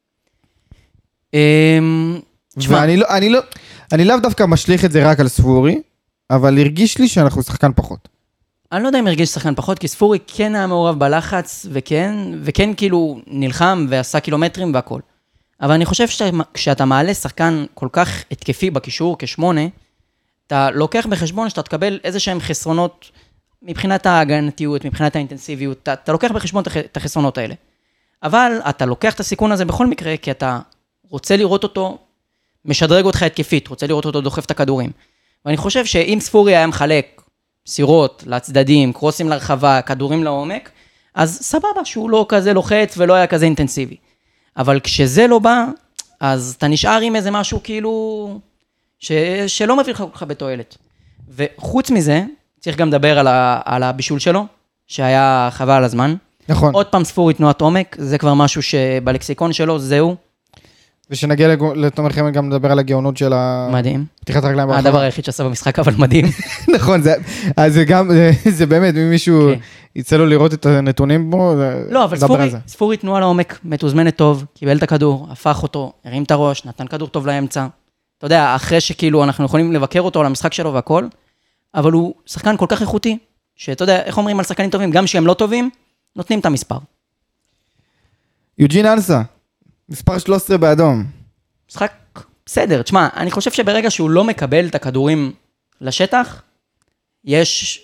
ואני לאו דווקא משליך את זה רק על ספורי, אבל הרגיש לי שאנחנו שחקן פחות. אני לא יודע אם הרגיש שחקן פחות, כי ספורי כן היה מעורב בלחץ, וכן כאילו נלחם ועשה קילומטרים והכל. אבל אני חושב שכשאתה מעלה שחקן כל כך התקפי בקישור כ8, אתה לוקח בחשבון שאתה תקבל איזה שהם חסרונות, מבחינת ההגנתיות, מבחינת האינטנסיביות, אתה לוקח בחשבון את החסרונות האלה. אבל אתה לוקח את הסיכון הזה בכל מקרה, כי אתה רוצה לראות אותו, משדרג אותך התקפית, רוצה לראות אותו דוחף את הכדורים. ואני חושב שאם ספורי היה מחלק סירות לצדדים, קרוסים לרחבה, כדורים לעומק, אז סבבה שהוא לא כזה לוחץ ולא היה כזה אינטנסיבי. אבל כשזה לא בא, אז אתה נשאר עם איזה משהו כאילו, שלא מביא לך כל כך בתועלת. וחוץ מזה, צריך גם לדבר על הבישול שלו, שהיה חבל על הזמן. נכון. עוד פעם ספורי תנועת עומק, זה כבר משהו שבלקסיקון שלו, זהו. ושנגיע לתומר חמד גם לדבר על הגאונות של מדהים. פתיחת הרגליים ברחבה. הדבר היחיד שעשה במשחק, אבל מדהים. נכון, זה באמת, אם מישהו יצא לו לראות את הנתונים בו, לא, אבל ספורי תנועה לעומק, מתוזמנת טוב, קיבל את הכדור, הפך אותו, הרים את הראש, נתן כדור טוב לאמצע. אתה יודע, אחרי שכאילו אנחנו יכולים לבקר אותו על המשחק שלו והכל, אבל הוא שחקן כל כך איכותי, שאתה יודע, איך אומרים על שחקנים טובים, גם שהם לא טובים, נותנים את המספר. יוג'ין אנסה, מספר 13 באדום. משחק בסדר, תשמע, אני חושב שברגע שהוא לא מקבל את הכדורים לשטח, יש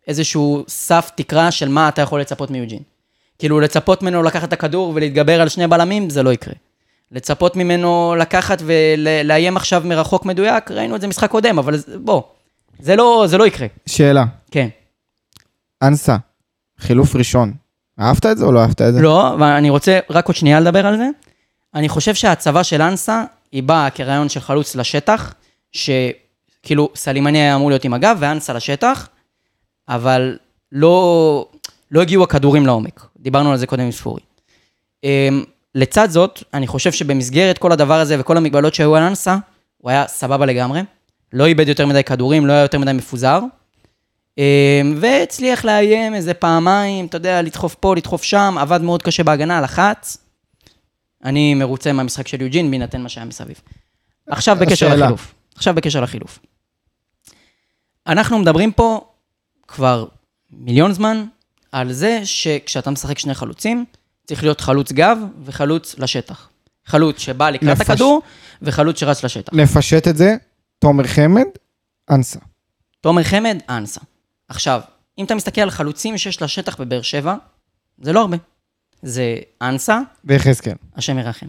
איזשהו סף תקרה של מה אתה יכול לצפות מיוג'ין. כאילו, לצפות ממנו לקחת את הכדור ולהתגבר על שני בלמים, זה לא יקרה. לצפות ממנו לקחת ולאיים עכשיו מרחוק מדויק, ראינו את זה משחק קודם, אבל בוא, זה לא יקרה. שאלה. כן. אנסה, חילוף ראשון. אהבת את זה או לא אהבת את זה? לא, ואני רוצה רק עוד שנייה לדבר על זה. אני חושב שההצבה של אנסה, היא באה כרעיון של חלוץ לשטח, שכאילו סלימני היה אמור להיות עם הגב, ואנסה לשטח, אבל לא הגיעו הכדורים לעומק. דיברנו על זה קודם עם ספורי. לצד זאת, אני חושב שבמסגרת כל הדבר הזה, וכל המגבלות שהיו על אנסה, הוא היה סבבה לגמרי, לא איבד יותר מדי כדורים, לא היה יותר מדי מפוזר, והצליח לאיים איזה פעמיים, אתה יודע, לדחוף פה, לדחוף שם, עבד מאוד קשה בהגנה, לחץ. אני מרוצה מהמשחק של יוג'ין, בהינתן מה שהיה מסביב. עכשיו בקשר לחילוף. אנחנו מדברים פה כבר מיליון זמן, על זה שכשאתה משחק שני חלוצים, צריך להיות חלוץ גב וחלוץ לשטח. חלוץ שבא לקראת הכדור, וחלוץ שרץ לשטח. נפשט את זה, תומר חמד, אנסה. תומר חמד, אנסה. עכשיו, אם אתה מסתכל על חלוצים שיש לשטח בבאר שבע, זה לא הרבה. זה אנסה. ויחזקאל. השם ירחם.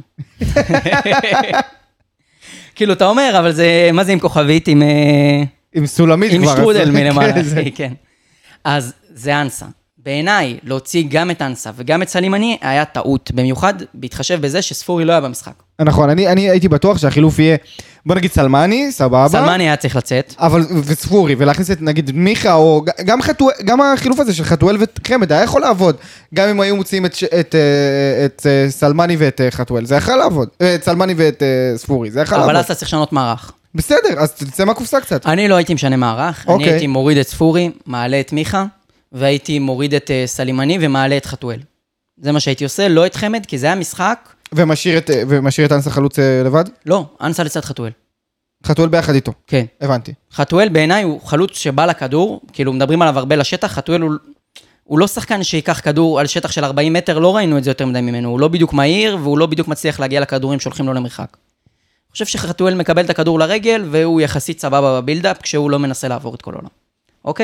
כאילו, אתה אומר, אבל זה, מה זה עם כוכבית, עם סולמית עם כבר. שטרודל מלמעלה. כן. אז זה אנסה. בעיניי, להוציא גם את אנסה וגם את סלימני, היה טעות, במיוחד בהתחשב בזה שספורי לא היה במשחק. נכון, אני הייתי בטוח שהחילוף יהיה, בוא נגיד סלמני, סבבה. סלמני היה צריך לצאת. אבל, וספורי, ולהכניס את נגיד מיכה, או גם החילוף הזה של חתואל וחמד, היה יכול לעבוד, גם אם היו מוציאים את סלמני ואת חתואל, זה יכול לעבוד, את סלמני ואת ספורי, זה יכול לעבוד. אבל אז אתה צריך לשנות מערך. בסדר, אז תצא מהקופסה קצת. אני לא הייתי משנה מערך, אני הייתי מוריד את ספורי, מעלה את מיכה, והייתי מוריד את סלימני ומעלה את חתואל. זה מה שהייתי עושה, לא את חמד, כי זה היה משחק. ומשאיר את אנסה חלוץ לבד? לא, אנסה לצד חתואל. חתואל ביחד איתו? כן. הבנתי. חתואל בעיניי הוא חלוץ שבא לכדור, כאילו מדברים עליו הרבה לשטח, חתואל הוא לא שחקן שיקח כדור על שטח של 40 מטר, לא ראינו את זה יותר מדי ממנו, הוא לא בדיוק מהיר, והוא לא בדיוק מצליח להגיע לכדורים שהולכים לו למרחק. אני חושב שחתואל מקבל את הכדור לרגל, והוא יחסית סבבה בבילדאפ, כשהוא לא מנסה לעבור את כל העולם. אוקיי?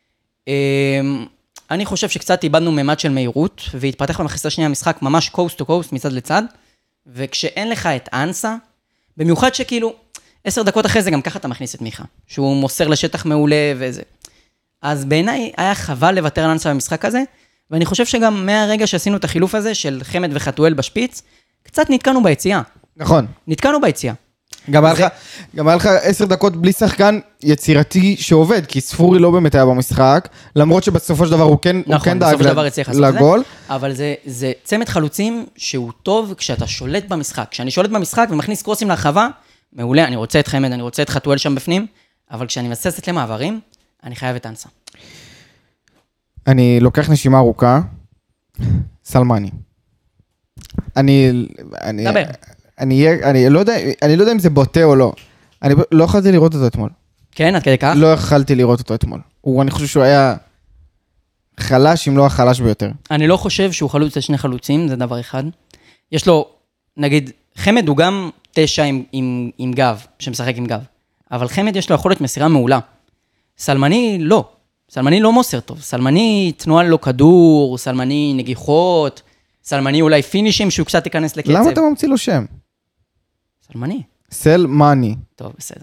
אני חושב שקצת איבדנו ממד של מהירות, והתפתח במחצית השנייה המשחק ממש קוסט טו קוסט מצד לצד, וכשאין לך את אנסה, במיוחד שכאילו 10 דקות אחרי זה גם ככה אתה מכניס את מיכה, שהוא מוסר לשטח מעולה וזה. אז בעיניי היה חבל לוותר על אנסה במשחק הזה, ואני חושב שגם מהרגע שעשינו את החילוף הזה של חמד וחתואל בשפיץ, קצת נתקענו ביציאה. נכון. נתקענו ביציאה. גם היה לך 10 דקות בלי שחקן יצירתי שעובד, כי ספורי לא באמת היה במשחק, למרות שבסופו של דבר הוא כן דאג לגול. אבל זה צמד חלוצים שהוא טוב כשאתה שולט במשחק. כשאני שולט במשחק ומכניס קרוסים להרחבה, מעולה, אני רוצה את חמד, אני רוצה את חתואל שם בפנים, אבל כשאני מססת למעברים, אני חייב את אנסה. אני לוקח נשימה ארוכה, סלמני. דבר. אני לא יודע אם זה בוטה או לא. אני לא יכולתי לראות אותו אתמול. כן, עד כדי כך? לא יכולתי לראות אותו אתמול. אני חושב שהוא היה חלש, אם לא החלש ביותר. אני לא חושב שהוא חלוץ לשני חלוצים, זה דבר אחד. יש לו, נגיד, חמד הוא גם 9 עם גב, שמשחק עם גב. אבל חמד יש לו יכולת מסירה מעולה. סלמני לא. סלמני לא מוסר טוב. סלמני תנועה לו כדור, סלמני נגיחות, סלמני אולי פינישים שהוא קצת ייכנס לקצב. למה אתה ממציא לו שם? סלמני. סלמני. טוב, בסדר.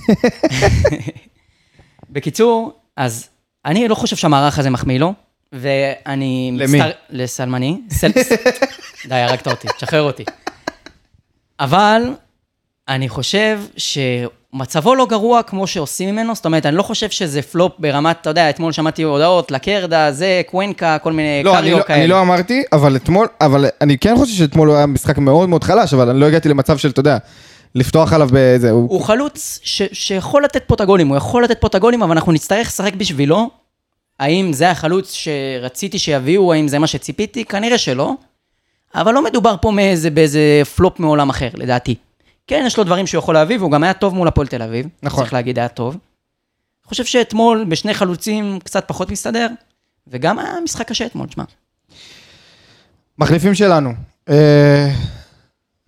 בקיצור, אז אני לא חושב שהמערך הזה מחמיא לו, ואני... למי? לסלמני. די, הרגת אותי, תשחרר אותי. אבל אני חושב שמצבו לא גרוע כמו שעושים ממנו, זאת אומרת, אני לא חושב שזה פלופ ברמת, אתה יודע, אתמול שמעתי הודעות, לקרדה, זה, קוונקה, כל מיני קריו כאלה. אני לא אמרתי, אבל אני כן חושב שאתמול הוא היה משחק מאוד מאוד חלש, אבל אני לא הגעתי למצב של, אתה יודע, לפתוח עליו בזה. הוא חלוץ שיכול לתת פה את הגולים, הוא יכול לתת פה את הגולים, אבל אנחנו נצטרך לשחק בשבילו. האם זה החלוץ שרציתי שיביאו, האם זה מה שציפיתי? כנראה שלא. אבל לא מדובר פה באיזה פלופ מעולם אחר, לדעתי. כן, יש לו דברים שהוא יכול להביא, והוא גם היה טוב מול הפועל תל אביב. נכון. צריך להגיד, היה טוב. אני חושב שאתמול, בשני חלוצים, קצת פחות מסתדר, וגם היה משחק קשה אתמול, תשמע. מחליפים שלנו.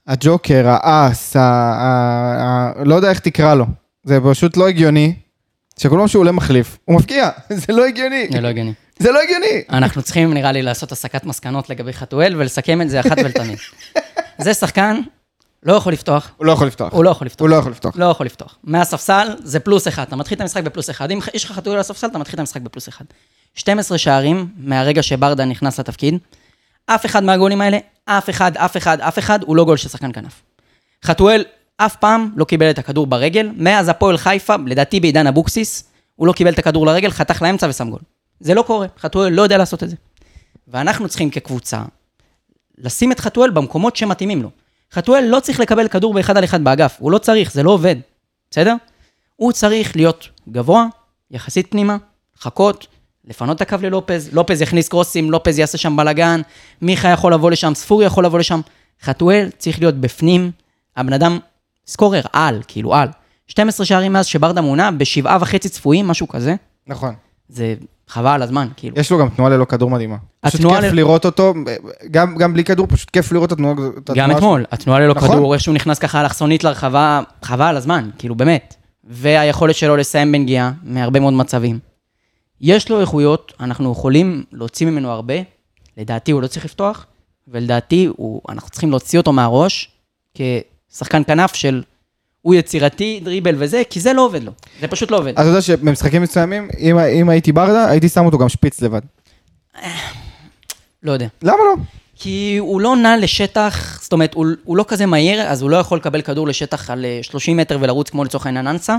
הג'וקר, האס, לא יודע איך תקרא לו. זה פשוט לא הגיוני. שכל פעם שהוא עולה מחליף, הוא מפקיע, זה לא הגיוני. זה לא הגיוני. זה לא הגיוני. אנחנו צריכים, נראה לי, לעשות הסקת מסקנות לגבי חתואל, ולסכם את זה אחת ולתמיד. זה שחקן, לא יכול לפתוח. הוא לא יכול לפתוח. הוא לא יכול לפתוח. הוא לא יכול לפתוח. לא יכול לפתוח. מהספסל זה +1, אתה מתחיל את המשחק ב+1. אם יש לך חתואל לספסל, אתה מתחיל את המשחק ב+1. 12 שערים מהרגע שברדה נכנס לתפקיד. אף אחד מהגולים האלה, אף אחד, הוא לא גול של שחקן כנף. חתואל אף פעם לא קיבל את הכדור ברגל, מאז הפועל חיפה, לדעתי בעידן אבוקסיס, הוא לא קיבל את הכדור לרגל, חתך לאמצע ושם גול. זה לא קורה, חתואל לא יודע לעשות את זה. ואנחנו צריכים כקבוצה, לשים את חתואל במקומות שמתאימים לו. חתואל לא צריך לקבל כדור באחד על אחד באגף, הוא לא צריך, זה לא עובד, בסדר? הוא צריך להיות גבוה, יחסית פנימה, חכות, לפנות את הקו ללופז, לופז יכניס קרוסים, לופז יעשה שם בלגן, מיכה יכול לבוא לשם, ספורי יכול לבוא לשם, חתואל צריך להיות בפנים, הבן אדם סקורר על, כאילו על. 12 שערים מאז שברדה מונה, ב7.5 צפויים, משהו כזה. נכון. זה חבל על הזמן, כאילו. יש לו גם תנועה ללא כדור מדהימה. פשוט כיף לראות אותו, גם בלי כדור, פשוט כיף לראות את התנועה. גם אתמול, התנועה ללא כדור, איך שהוא נכנס ככה אלכסונית לרחבה, חבל על הזמן, כאילו באמת. והיכולת שלו לסיים בנגיעה, מהרבה מאוד מצבים. יש לו איכויות, אנחנו יכולים להוציא ממנו הרבה, לדעתי הוא לא צריך לפתוח, ולדעתי אנחנו צריכים להוציא אותו מהראש, כשחקן כנף של הוא יצירתי, דריבל וזה, כי זה לא עובד לו. זה פשוט לא עובד. אז אתה יודע שבמשחקים מסוימים, אם הייתי ברדה, הייתי שם אותו גם שפיץ לבד. לא יודע. למה לא? כי הוא לא נע לשטח, זאת אומרת, הוא לא כזה מהיר, אז הוא לא יכול לקבל כדור לשטח על 30 מטר ולרוץ כמו לצורך העניין אנסה.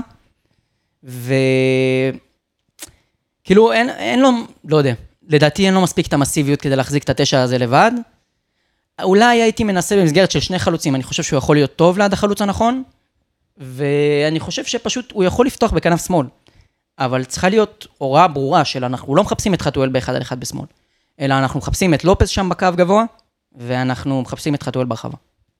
כאילו, אין לו, לא יודע, לדעתי אין לו מספיק את המסיביות כדי להחזיק את התשע הזה לבד. אולי הייתי מנסה במסגרת של 2 חלוצים, אני חושב שהוא יכול להיות טוב ליד החלוץ הנכון, ואני חושב שפשוט הוא יכול לפתוח בכנף שמאל, אבל צריכה להיות הוראה ברורה של אנחנו לא מחפשים את חתואל באחד על אחד בשמאל, אלא אנחנו מחפשים את לופס שם בקו גבוה, ואנחנו מחפשים את חתואל ברחבה.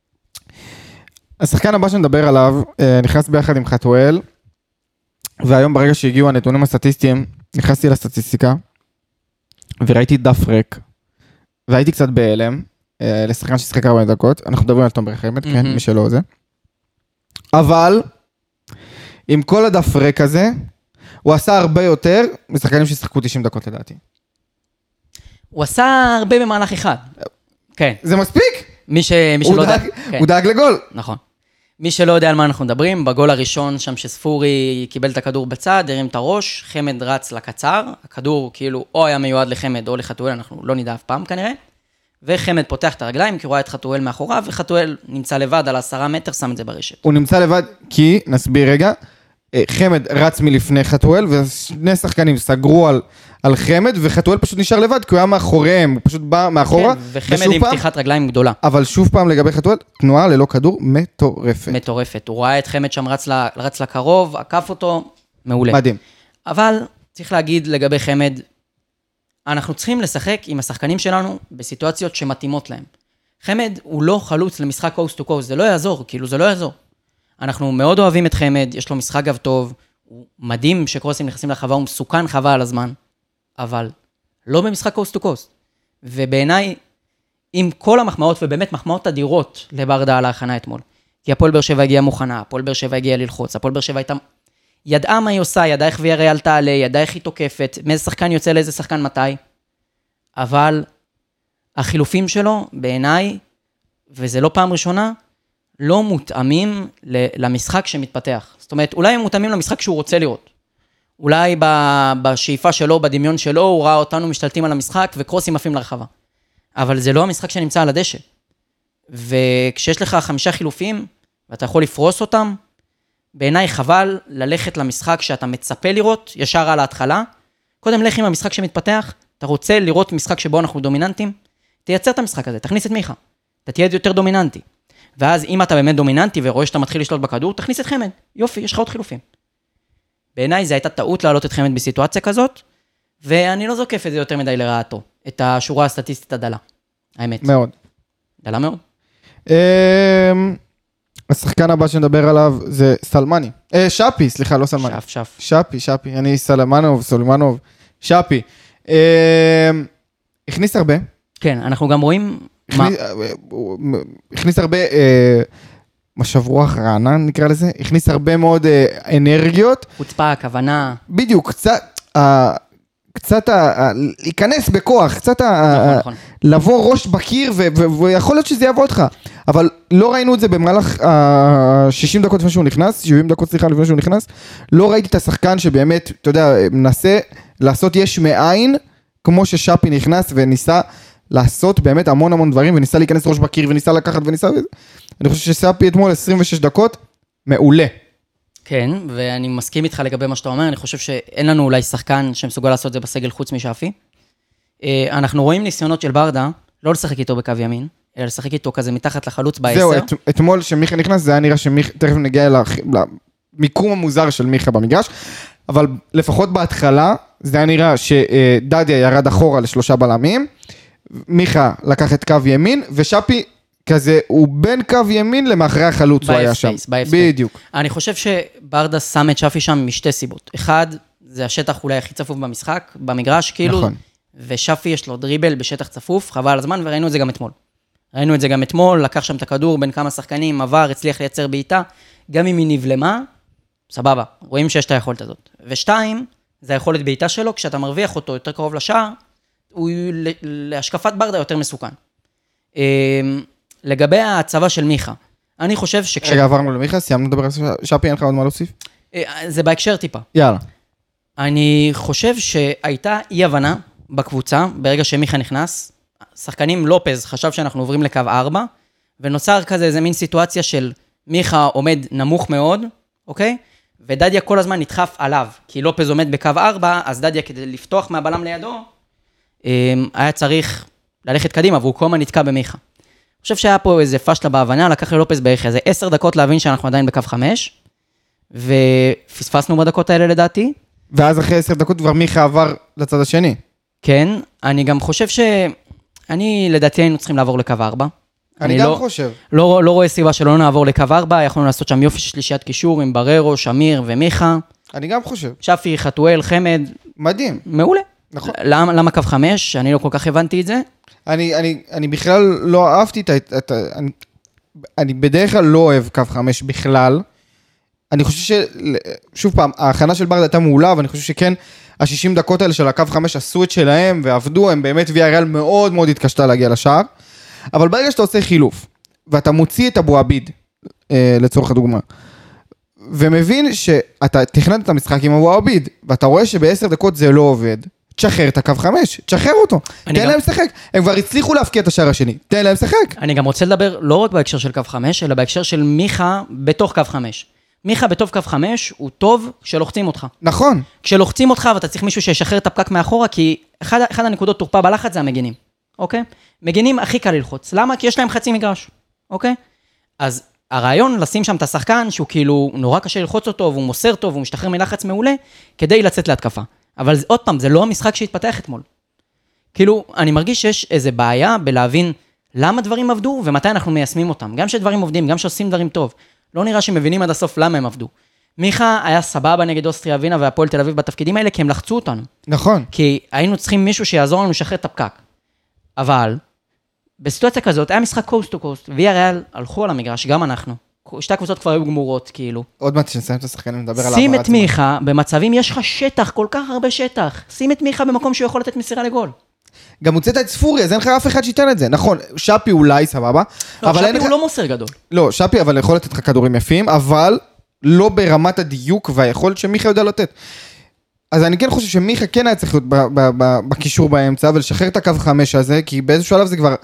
השחקן הבא שנדבר עליו, נכנס ביחד עם חתואל, והיום ברגע שהגיעו הנתונים הסטטיסטיים, נכנסתי לסטטיסטיקה, וראיתי דף ריק, והייתי קצת בהלם, לשחקן ששחק 40 דקות, אנחנו מדברים על תומר חמד, כן, מי שלא זה. אבל, עם כל הדף ריק הזה, הוא עשה הרבה יותר, משחקנים ששחקו 90 דקות לדעתי. הוא עשה הרבה במהלך אחד. כן. זה מספיק? מי שלא יודע... הוא דאג לגול. נכון. מי שלא יודע על מה אנחנו מדברים, בגול הראשון שם שספורי קיבל את הכדור בצד, הרים את הראש, חמד רץ לקצר, הכדור כאילו או היה מיועד לחמד או לחתואל, אנחנו לא נדע אף פעם כנראה, וחמד פותח את הרגליים, כי הוא רואה את חתואל מאחוריו, וחתואל נמצא לבד על 10 מטר, שם את זה ברשת. הוא נמצא לבד, כי, נסביר רגע, חמד רץ מלפני חתואל, ושני שחקנים סגרו על חמד, וחתואל פשוט נשאר לבד, כי הוא היה מאחוריהם, הוא פשוט בא מאחורה. כן, וחמד עם פתיחת רגליים גדולה. אבל שוב פעם לגבי חתואל, תנועה ללא כדור מטורפת. מטורפת. הוא ראה את חמד שם רץ לקרוב, עקף אותו, מעולה. מדהים. אבל צריך להגיד לגבי חמד, אנחנו צריכים לשחק עם השחקנים שלנו בסיטואציות שמתאימות להם. חמד הוא לא חלוץ למשחק קוסט טו קוסט, זה לא יעזור, כאילו זה לא יעזור. אנחנו מאוד אוהבים את חמד, יש לו משחק גב טוב, הוא מדהים שקרוסים נכנסים לחווה, הוא מסוכן חווה על הזמן, אבל לא במשחק קוסט טו קוסט. ובעיניי, עם כל המחמאות, ובאמת מחמאות אדירות לברדה על ההכנה אתמול, כי הפועל באר שבע הגיעה מוכנה, הפועל באר שבע הגיעה ללחוץ, הפועל באר שבע הייתה... ידעה מה היא עושה, ידעה איך ויאריאל תעלה, ידעה איך היא תוקפת, מאיזה שחקן יוצא לאיזה שחקן מתי, אבל החילופים שלו, בעיניי, וזה לא פעם ראשונה, לא מותאמים למשחק שמתפתח. זאת אומרת, אולי הם מותאמים למשחק שהוא רוצה לראות. אולי בשאיפה שלו, בדמיון שלו, הוא ראה אותנו משתלטים על המשחק וקרוסים עפים לרחבה. אבל זה לא המשחק שנמצא על הדשא. וכשיש לך 5 חילופים, ואתה יכול לפרוס אותם, בעיניי חבל ללכת למשחק שאתה מצפה לראות, ישר על ההתחלה. קודם לך עם המשחק שמתפתח, אתה רוצה לראות משחק שבו אנחנו דומיננטים, תייצר את המשחק הזה, תכניס את מיכה. אתה תהיה יותר דומיננטי. ואז אם אתה באמת דומיננטי ורואה שאתה מתחיל לשלוט בכדור, תכניס את חמד. יופי, יש לך עוד חילופים. בעיניי זה הייתה טעות להעלות את חמד בסיטואציה כזאת, ואני לא זוקף את זה יותר מדי לרעתו, את השורה הסטטיסטית הדלה. האמת. מאוד. דלה מאוד. השחקן הבא שנדבר עליו זה סלמני. שפי, סליחה, לא סלמני. שפי. אני סולימנוב. שפי. הכניס הרבה. כן, אנחנו גם רואים... הכניס הרבה משב רוח רענן, נקרא לזה, הכניס הרבה מאוד אנרגיות. חוצפה, הכוונה. בדיוק, קצת להיכנס בכוח, קצת נכון. לבוא ראש בקיר, ויכול להיות שזה יעבוד לך. אבל לא ראינו את זה במהלך 60 דקות לפני שהוא נכנס, 70 דקות סליחה לפני שהוא נכנס, לא ראיתי את השחקן שבאמת, אתה יודע, מנסה לעשות יש מאין, כמו ששאפי נכנס וניסה לעשות באמת המון דברים, וניסה להיכנס ראש בקיר, וניסה לקחת וניסה... אני חושב ששאפי אתמול 26 דקות, מעולה. כן, ואני מסכים איתך לגבי מה שאתה אומר, אני חושב שאין לנו אולי שחקן שמסוגל לעשות את זה בסגל חוץ משאפי. אנחנו רואים ניסיונות של ברדה, לא לשחק איתו בקו ימין, אלא לשחק איתו כזה מתחת לחלוץ ב-10. זהו, אתמול שמיכה נכנס, זה היה נראה תכף נגיע למיקום המוזר של מיכה במגרש, אבל לפחות בהתחלה, זה היה נראה שדדיה ירד אחורה לשלושה בלמים, מיכה לקח את קו ימין, ושאפי כזה, הוא בין קו ימין למאחרי החלוץ, הוא היה שם. בדיוק. אני חושב שברדה שם את שאפי שם משתי סיבות. אחד, זה השטח אולי הכי צפוף במשחק, במגרש, כאילו, נכון. ושאפי יש לו דריבל בשטח צפוף, חבל על הזמן, וראינו את זה גם אתמול. לקח שם את הכדור בין כמה שחקנים, עבר, הצליח לייצר בעיטה, גם אם היא נבלמה, סבבה, רואים שיש את היכולת הזאת. ושתיים, זה היכולת בעיטה שלו, כשאתה מרוויח אותו יותר קרוב לשער, הוא להשקפת ברדה יותר מסוכן. לגבי ההצבה של מיכה, אני חושב רגע, עברנו למיכה, סיימנו לדבר על שאפי, אין לך עוד מה להוסיף? זה בהקשר טיפה. יאללה. אני חושב שהייתה אי-הבנה בקבוצה, ברגע שמיכה נכנס, שחקנים לופז חשב שאנחנו עוברים לקו 4, ונוצר כזה איזה מין סיטואציה של מיכה עומד נמוך מאוד, אוקיי? ודדיה כל הזמן נדחף עליו, כי לופז עומד בקו 4, אז דדיה כדי לפתוח מהבלם לידו, היה צריך ללכת קדימה, והוא כל הזמן נתקע במיכה. אני חושב שהיה פה איזה פשלה בהבנה, לקח ללופז בערך איזה 10 דקות להבין שאנחנו עדיין בקו 5, ופספסנו בדקות האלה לדעתי. ואז אחרי 10 דקות כבר מיכה עבר לצד השני. כן, אני גם חושב לדעתי היינו צריכים לעבור לקו 4. אני גם חושב. לא רואה סיבה שלא נעבור לקו 4, יכולנו לעשות שם יופי של שלישיית קישור עם בררו, שמיר ומיכה. אני גם חושב. שפי, חתואל, חמד. מדהים. מעולה. נכון. למה קו 5? אני לא כל כך הבנתי את זה. אני בכלל לא אהבתי אני בדרך כלל לא אוהב קו 5 בכלל. אני חושב שוב פעם, ההכנה של ברדה הייתה מעולה, ואני חושב שכן, ה-60 דקות האלה של הקו 5 עשו את שלהם, ועבדו, הם באמת ויאריאל מאוד מאוד התקשתה להגיע לשער. אבל ברגע שאתה עושה חילוף, ואתה מוציא את אבו עביד, לצורך הדוגמה, ומבין שאתה תכננת את המשחק עם אבו עביד, ואתה רואה שב10 דקות זה לא עובד, תשחרר את הקו 5, תשחרר אותו, תן להם לשחק, הם כבר הצליחו להפקיע את השער השני, תן להם לשחק. אני גם רוצה לדבר לא רק בהקשר של קו 5, אלא בהקשר של מיכה בתוך קו 5. מיכה בתוך קו 5 הוא טוב כשלוחצים אותך. נכון. כשלוחצים אותך ואתה צריך מישהו שישחרר את הפקק מאחורה, כי אחד הנקודות תורפה בלחץ זה המגינים, אוקיי? מגינים הכי קל ללחוץ. למה? כי יש להם חצי מגרש, אוקיי? אז הרעיון לשים שם את השחקן, שהוא כאילו נורא קשה ללחוץ אותו, והוא מוסר טוב, והוא משתחרר מלחץ מעולה, כדי לצאת להתקפה. אבל עוד פעם, זה לא המשחק שהתפתח אתמול. כאילו, אני מרגיש שיש איזו בעיה בלהבין למה דברים עבדו, ומתי אנחנו מיישמים אותם. גם שדברים עובדים, גם שעושים דברים טוב. לא נראה שמבינים עד הסוף למה הם עבדו. מיכה היה סבבה נגד אוסטריה ווינה והפועל תל אביב בתפקידים האלה, כי הם לחצו אותנו. נכון. כי היינו צריכים מישהו שיעזור לנו לשחרר את הפקק. אבל, בסיטואציה כזאת, היה משחק קוסט טו קוסט, ויאריאל הלכו על המגרש, גם אנחנו. שתי הקבוצות כבר היו גמורות, כאילו. עוד מעט שנסיים את השחקנים, נדבר על שים את מיכה במצבים, יש לך שטח, כל כך הרבה שטח. שים את מיכה במקום שהוא יכול לתת מסירה לגול. גם הוצאת את ספורי, אז אין לך אף אחד שייתן את זה. נכון, שפי אולי, סבבה. לא, שפי הוא לא מוסר גדול. לא, שפי אבל יכול לתת לך כדורים יפים, אבל לא ברמת הדיוק והיכולת שמיכה יודע לתת. אז אני כן חושב שמיכה כן היה צריך להיות בקישור באמצע, ולשחרר את הקו 5 הזה, כי באיזשהו שלב זה כבר...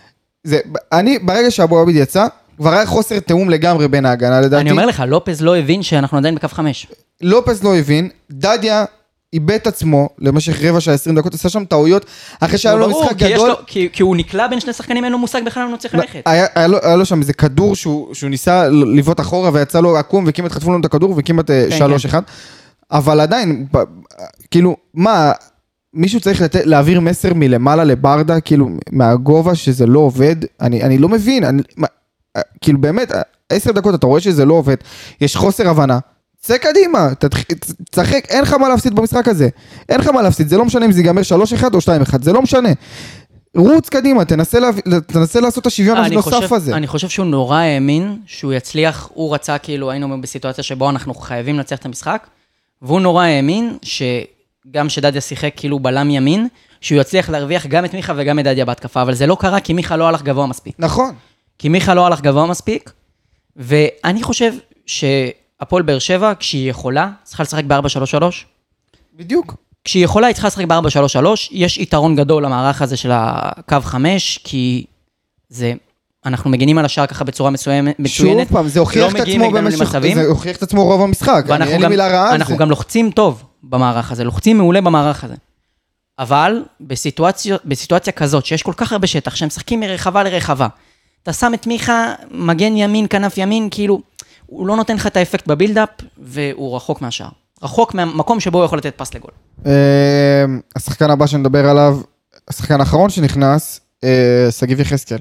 ברגע שאבו עביד יצא, כבר היה חוסר תאום לגמרי בין ההגנה, לדעתי. אני אומר לך, לופז לא הבין שאנחנו עדיין בקו 5. לופז לא הבין, דדיה איבד את עצמו למשך רבע שעה 20 דקות, עשה שם טעויות, אחרי שהיה לו משחק גדול. כי הוא נקלע בין שני שחקנים, אין לו מושג בכלל אם הוא צריך ללכת. היה לו שם איזה כדור שהוא ניסה לבעוט אחורה, ויצא לו עקום, וכמעט חטפו לנו את הכדור, וכמעט 3-1. אבל עדיין, כאילו, מה, מישהו צריך להעביר מסר מלמעלה לברדה, כאילו, מהגובה שזה לא עובד, אני לא מבין, כאילו באמת, 10 דקות אתה רואה שזה לא עובד, יש חוסר הבנה, צא קדימה, תשחק, אין לך מה להפסיד במשחק הזה, אין לך מה להפסיד, זה לא משנה אם זה ייגמר 3-1 או 2-1, זה לא משנה, רוץ קדימה, תנסה לעשות את השוויון הנוסף הזה. אני חושב שהוא נורא האמין, שהוא יצליח, הוא רצה כאילו, היינו בסיטואציה שבו אנחנו חייבים לנצח את המשחק, והוא נורא האמין שגם שדדיה שיחק כאילו בלם ימין, שהוא יצליח להרוויח גם את מיכה וגם את דדיה בהתקפה, אבל זה לא קרה כי מיכה לא הלך גבוה מספיק. נכון. כי מיכה לא הלך גבוה מספיק, ואני חושב שהפועל באר שבע, כשהיא יכולה, צריכה לשחק ב-4-3-3. בדיוק. כשהיא יכולה, היא צריכה לשחק ב-4-3-3, יש יתרון גדול למערך הזה של הקו 5, כי אנחנו מגינים על השער ככה בצורה מצוינת. שוב פעם, זה הוכיח את עצמו רוב המשחק, אין לי מילה רעה על זה. אנחנו גם לוחצים טוב במערך הזה, לוחצים מעולה במערך הזה. אבל בסיטואציה כזאת, שיש כל כך הרבה שטח, שהם משחקים מרחבה לרחבה, אתה שם את מיכה, מגן ימין, כנף ימין, כאילו, הוא לא נותן לך את האפקט בבילדאפ, והוא רחוק מהשער. רחוק מהמקום שבו הוא יכול לתת פס לגול. השחקן הבא שנדבר עליו, השחקן האחרון שנכנס, סגיב יחזקאל.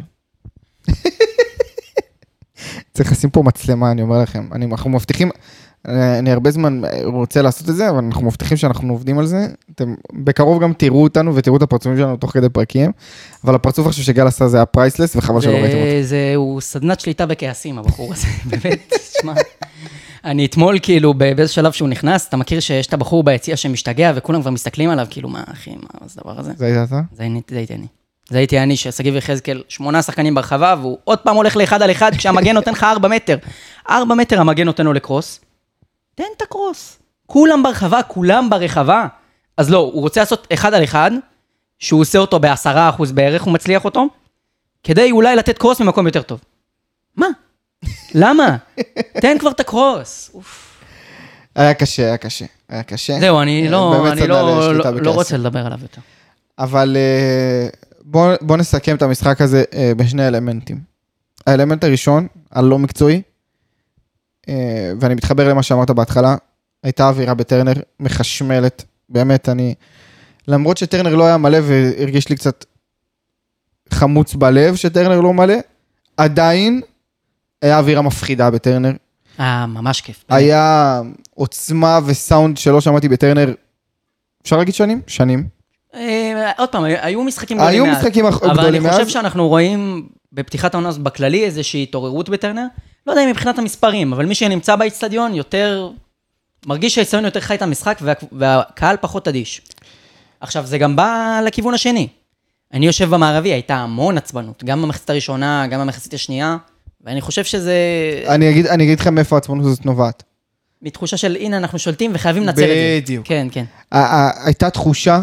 צריך לשים פה מצלמה, אני אומר לכם. אנחנו מבטיחים, אני הרבה זמן רוצה לעשות את זה, אבל אנחנו מבטיחים שאנחנו עובדים על זה. אתם בקרוב גם תראו אותנו ותראו את הפרצופים שלנו תוך כדי פרקים, אבל הפרצוף עכשיו שגל עשה זה היה פרייסלס, וחבל שלא ראיתם אותו. הוא סדנת שליטה בכעסים, הבחור הזה. באמת, תשמע. אני אתמול כאילו באיזה שלב שהוא נכנס, אתה מכיר שיש את הבחור ביציאה שמשתגע, וכולם כבר מסתכלים עליו, כאילו מה אחי, מה זה דבר הזה? זה היית אתה? זה הייתי אני, שסגיב יחזקאל 8 שחקנים ברחבה, והוא עוד פעם הולך לאחד על אחד, כשהמגן נותן לך 4 מטר. 4 מטר המגן נותן לו לקרוס. תן את הקרוס. כולם ברחבה, כולם ברחבה. אז לא, הוא רוצה לעשות 1 על 1, שהוא עושה אותו ב10% בערך, הוא מצליח אותו, כדי אולי לתת קרוס ממקום יותר טוב. מה? למה? תן כבר את הקרוס. היה קשה. זהו, אני לא רוצה לדבר עליו יותר. אבל בוא נסכם את המשחק הזה בשני אלמנטים. האלמנט הראשון, הלא מקצועי, ואני מתחבר למה שאמרת בהתחלה, הייתה אווירה בטרנר מחשמלת, באמת למרות שטרנר לא היה מלא והרגיש לי קצת חמוץ בלב שטרנר לא מלא, עדיין היה אווירה מפחידה בטרנר. ממש כיף. היה עוצמה וסאונד שלא שמעתי בטרנר, אפשר להגיד שנים? עוד פעם, היו משחקים גדולים מאז. אבל אני חושב שאנחנו רואים בפתיחת העונה הזאת בכללי איזושהי התעוררות בטרנר, לא יודע אם מבחינת המספרים, אבל מי שנמצא באצטדיון יותר, מרגיש שהאצטדיון יותר חי את המשחק והקהל פחות אדיש. עכשיו, זה גם בא לכיוון השני. אני יושב במערבי, הייתה המון עצבנות, גם במחצית הראשונה, גם במחצית השנייה, ואני חושב שזה... אני אגיד לכם מאיפה העצבנות הזאת נובעת. מתחושה של, הנה, אנחנו שולטים וחייבים לנצל את זה. בדיוק. כן. הייתה תחושה,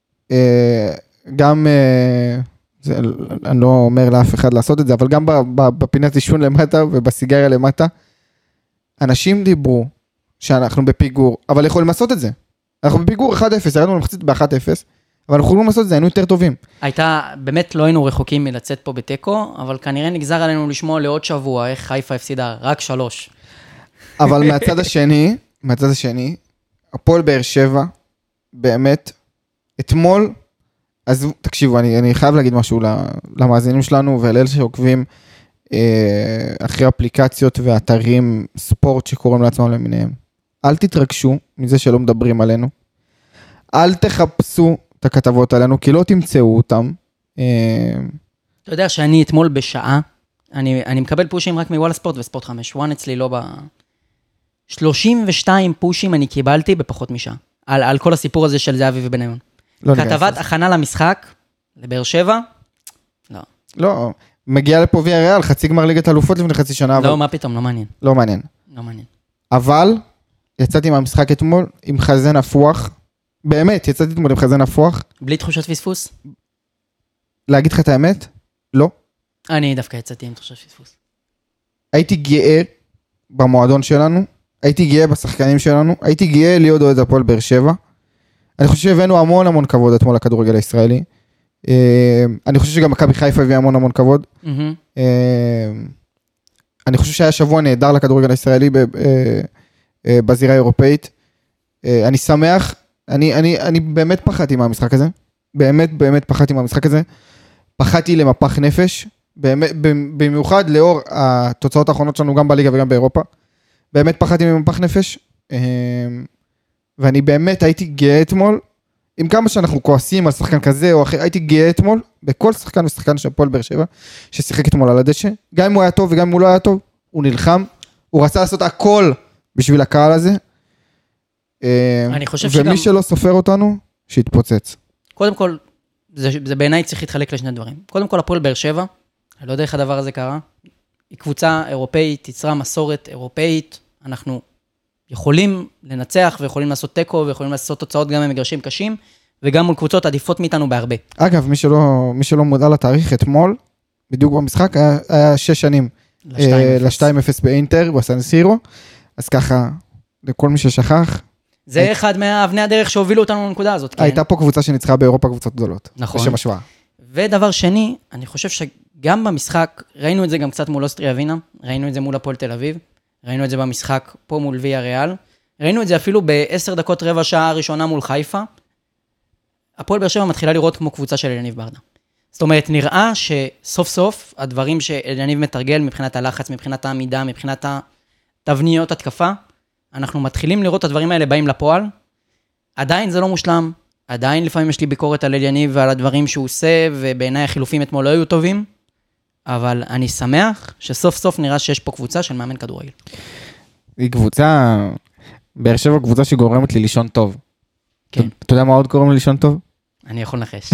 גם, אני לא אומר לאף אחד לעשות את זה, אבל גם בפינת עישון למטה ובסיגריה למטה, אנשים דיברו שאנחנו בפיגור, אבל יכולים לעשות את זה. אנחנו בפיגור 1-0, ירדנו למחצית ב-1-0, אבל אנחנו יכולים לעשות את זה, היינו יותר טובים. באמת לא היינו רחוקים מלצאת פה בטקו, אבל כנראה נגזר עלינו לשמוע לעוד שבוע, איך חיפה הפסידה, רק 3. אבל מהצד השני, הפועל באר שבע, באמת, אתמול, אז תקשיבו, אני חייב להגיד משהו למאזינים שלנו, ולאלה שעוקבים אחרי אפליקציות ואתרים ספורט שקוראים לעצמם למיניהם. אל תתרגשו מזה שלא מדברים עלינו. אל תחפשו את הכתבות עלינו, כי לא תמצאו אותם. אתה יודע שאני אתמול בשעה, אני מקבל פושים רק מוואלה ספורט וספורט 5. וואן אצלי לא 32 פושים אני קיבלתי בפחות משעה. על כל הסיפור הזה של זהבי ובניון. כתבת הכנה למשחק, לבאר שבע? לא, מגיע לפה ויה ריאל, חצי גמר ליגת אלופות לפני חצי שנה. לא, מה פתאום, לא מעניין. לא מעניין. אבל, יצאתי מהמשחק אתמול עם חזן הפוח, באמת, יצאתי אתמול עם חזן הפוח. בלי תחושת פספוס? להגיד לך את האמת? לא. אני דווקא יצאתי עם תחושת פספוס. הייתי גאה במועדון שלנו, הייתי גאה בשחקנים שלנו, הייתי גאה להיות אוהד הפועל באר שבע. אני חושב שהבאנו המון כבוד אתמול לכדורגל הישראלי. אני חושב שגם מכבי חיפה הביא המון כבוד. אני חושב שהיה שבוע נהדר לכדורגל הישראלי בזירה האירופאית. אני שמח, אני באמת פחדתי מהמשחק הזה. באמת פחדתי מהמשחק הזה. פחדתי למפח נפש. במיוחד לאור התוצאות האחרונות שלנו גם בליגה וגם באירופה. באמת פחדתי ממפח נפש. ואני באמת הייתי גאה אתמול עם כמה שאנחנו כועסים על שחקן כזה או אחר, הייתי גאה אתמול, בכל שחקן ושחקן של הפועל באר שבע, ששיחק אתמול על הדשא, גם אם הוא היה טוב וגם אם הוא לא היה טוב, הוא נלחם, הוא רצה לעשות הכל בשביל הקהל הזה, אני חושב ומי שלא סופר אותנו, שיתפוצץ. קודם כל, זה בעיניי צריך להתחלק לשני דברים. קודם כל, הפועל באר שבע, אני לא יודע איך הדבר הזה קרה, היא קבוצה אירופאית, יצרה מסורת אירופאית, אנחנו יכולים לנצח ויכולים לעשות טקו, ויכולים לעשות תוצאות גם במגרשים קשים, וגם מול קבוצות עדיפות מאיתנו בהרבה. אגב, מי שלא מודע לתאריך, אתמול, בדיוק במשחק, היה 6 שנים, ל-2-0 באינטר, בסן סירו, אז ככה, לכל מי ששכח, זה אחד מהאבני הדרך שהובילו אותנו לנקודה הזאת. הייתה פה קבוצה שניצחה באירופה קבוצות גדולות. נכון. בשם השוואה. ודבר שני, אני חושב שגם במשחק, ראינו את זה גם קצת מול אוסטריה ווינה, ראינו את זה מול הפועל תל אביב, ראינו את זה במשחק פה מול ויה ריאל, ראינו את זה אפילו ב10 דקות רבע שעה הראשונה מול חיפה, הפועל באר שבע מתחילה לראות כמו קבוצה של אליניב ברדה. זאת אומרת, נראה שסוף סוף הדברים שאליניב מתרגל מבחינת הלחץ, מבחינת העמידה, מבחינת התבניות התקפה, אנחנו מתחילים לראות את הדברים האלה באים לפועל, עדיין זה לא מושלם, עדיין לפעמים יש לי ביקורת על אליניב ועל הדברים שהוא עושה, ובעיניי החילופים אתמול לא היו טובים, אבל אני שמח שסוף סוף נראה שיש פה קבוצה של מאמן כדורגל. היא קבוצה, באר שבע קבוצה שגורמת לי לישון טוב. כן. אתה יודע מה עוד גורם לי לישון טוב? אני יכול לנחש.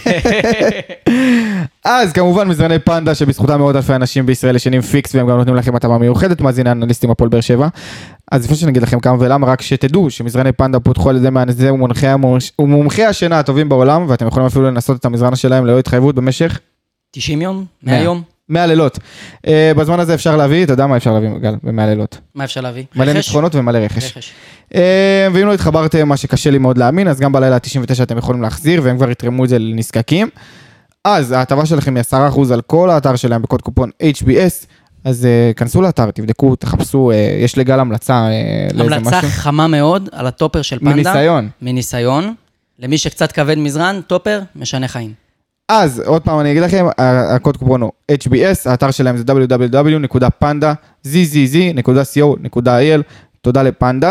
אז כמובן מזרני פנדה שבזכותם מאות אלפי אנשים בישראל ישנים פיקס והם גם נותנים לכם הטבה מיוחדת מאזיני אנליסטים הפועל באר שבע. אז לפני שאני אגיד לכם כמה ולמה, רק שתדעו שמזרני פנדה פותחו על ידי מהנדסי ומומחי השינה הטובים בעולם, ואתם יכולים אפילו לנסות את המזרנה שלהם ללא התחייבות במשך 90 יום? 100 יום? 100 לילות. בזמן הזה אפשר להביא, אתה יודע מה אפשר להביא גל ב100 לילות? מה אפשר להביא? מלא ניצחונות ומלא רכש. ואם לא התחברתם, מה שקשה לי מאוד להאמין, אז גם בלילה ה-99 אתם יכולים להחזיר, והם כבר יתרמו את זה לנזקקים. אז ההטבה שלכם היא 10% על כל האתר שלהם בקוד קופון HBS, אז כנסו לאתר, תבדקו, תחפשו, יש לגל המלצה לאיזה משהו. המלצה חמה מאוד על הטופר של פנדה. מניסיון. מניסיון. למי שקצת כבד מזרן, טופר משנה חיים. אז עוד פעם אני אגיד לכם, הקוד קופון הוא HBS, האתר שלהם זה www.panda.zzz.co.il, תודה לפנדה.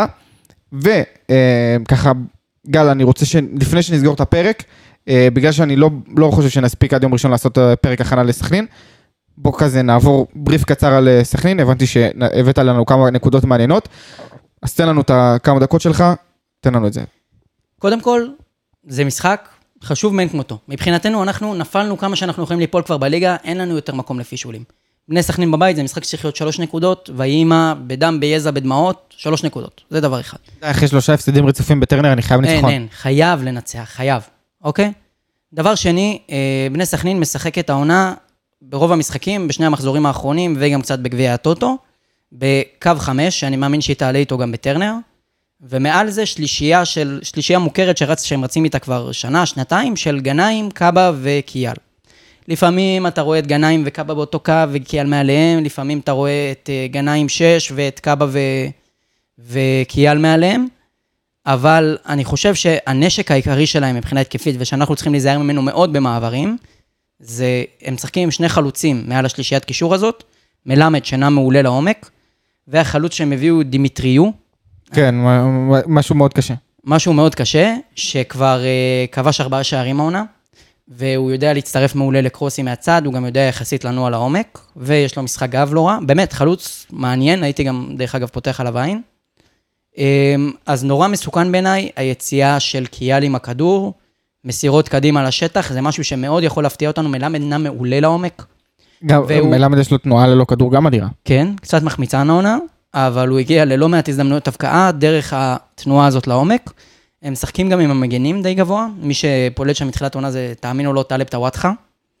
וככה, גל, אני רוצה לפני שנסגור את הפרק, בגלל שאני לא חושב שנספיק עד יום ראשון לעשות פרק הכנה לסכנין, בוא כזה נעבור בריף קצר על סכנין, הבנתי שהבאת לנו כמה נקודות מעניינות, אז תן לנו את כמה דקות שלך, תן לנו את זה. קודם כל, זה משחק חשוב מאין כמותו. מבחינתנו, אנחנו נפלנו כמה שאנחנו יכולים ליפול כבר בליגה, אין לנו יותר מקום לפישולים. בני סכנין בבית זה משחק שצריך להיות 3 נקודות, ואימא בדם, ביזע, בדמעות, 3 נקודות. זה דבר אחד. אחרי 3 הפסדים רצופים בטרנר, אני חייב ניצחון. אין, חייב לנצח, חייב. אוקיי? דבר שני, בני סכנין משחק את העונה ברוב המשחקים, בשני המחזורים האחרונים, וגם קצת בגביע הטוטו, בקו 5, שאני מאמין שהיא תעלה איתו גם בטרנר, ומעל זה שלישייה מוכרת שהם רצים איתה כבר שנה, שנתיים, של גנאים, קאבה וקייל. לפעמים אתה רואה את גנאים וקאבה באותו קו וקייל מעליהם, לפעמים אתה רואה את גנאים 6 ואת קאבה וקייל מעליהם, אבל אני חושב שהנשק העיקרי שלהם מבחינה התקפית, ושאנחנו צריכים להיזהר ממנו מאוד במעברים, זה, הם משחקים עם 2 חלוצים מעל השלישיית קישור הזאת, מלמד שנה מעולה לעומק, והחלוץ שהם הביאו דימיטריו, כן, משהו מאוד קשה. משהו מאוד קשה, שכבר כבש 4 שערים העונה, והוא יודע להצטרף מעולה לקרוסים מהצד, הוא גם יודע יחסית לנוע לעומק, ויש לו משחק גב לא רע, באמת חלוץ מעניין, הייתי גם דרך אגב פותח עליו עין, אז נורא מסוכן בעיניי, היציאה של קייל עם הכדור, מסירות קדימה לשטח, זה משהו שמאוד יכול להפתיע אותנו, מלמד נע מעולה לעומק. גם מלמד יש לו תנועה ללא כדור גם אדירה. כן, קצת מחמיצה העונה, אבל הוא הגיע ללא מעט הזדמנויות הבקעה, דרך התנועה הזאת לעומק. הם משחקים גם עם המגנים די גבוה, מי שפולט שם מתחילת העונה זה, תאמינו לו, טלב טוואטחה,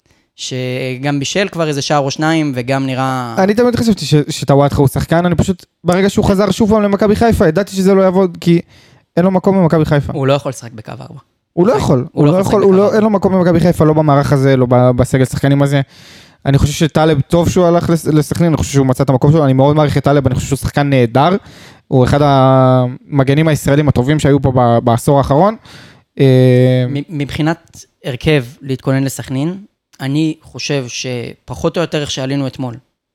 שגם בישל כבר איזה שער או 2, וגם נראה... אני תמיד חשבתי שטוואטחה הוא שחקן, אני פשוט, ברגע שהוא חזר שוב פעם למכבי חיפה, ידעתי שזה לא יעבוד, כי אין לו מקום במכבי חיפה. הוא לא יכול לשחק בקו 4. הוא לא יכול, אין לו מקום במכבי חיפה, לא במערך הזה, לא בסגל שחקנים הזה. אני חושב שטלב טוב שהוא הלך לסכנין, אני חושב שהוא מצא את המקום שלו, אני מאוד מעריך את טלב, אני חושב שהוא שחקן נהדר, הוא אחד המגנים הישראלים הטובים שהיו פה בעשור האחרון. מבחינת הרכב להתכונן לסכנין, אני חושב שפחות או יותר איך שעלינו אתמול,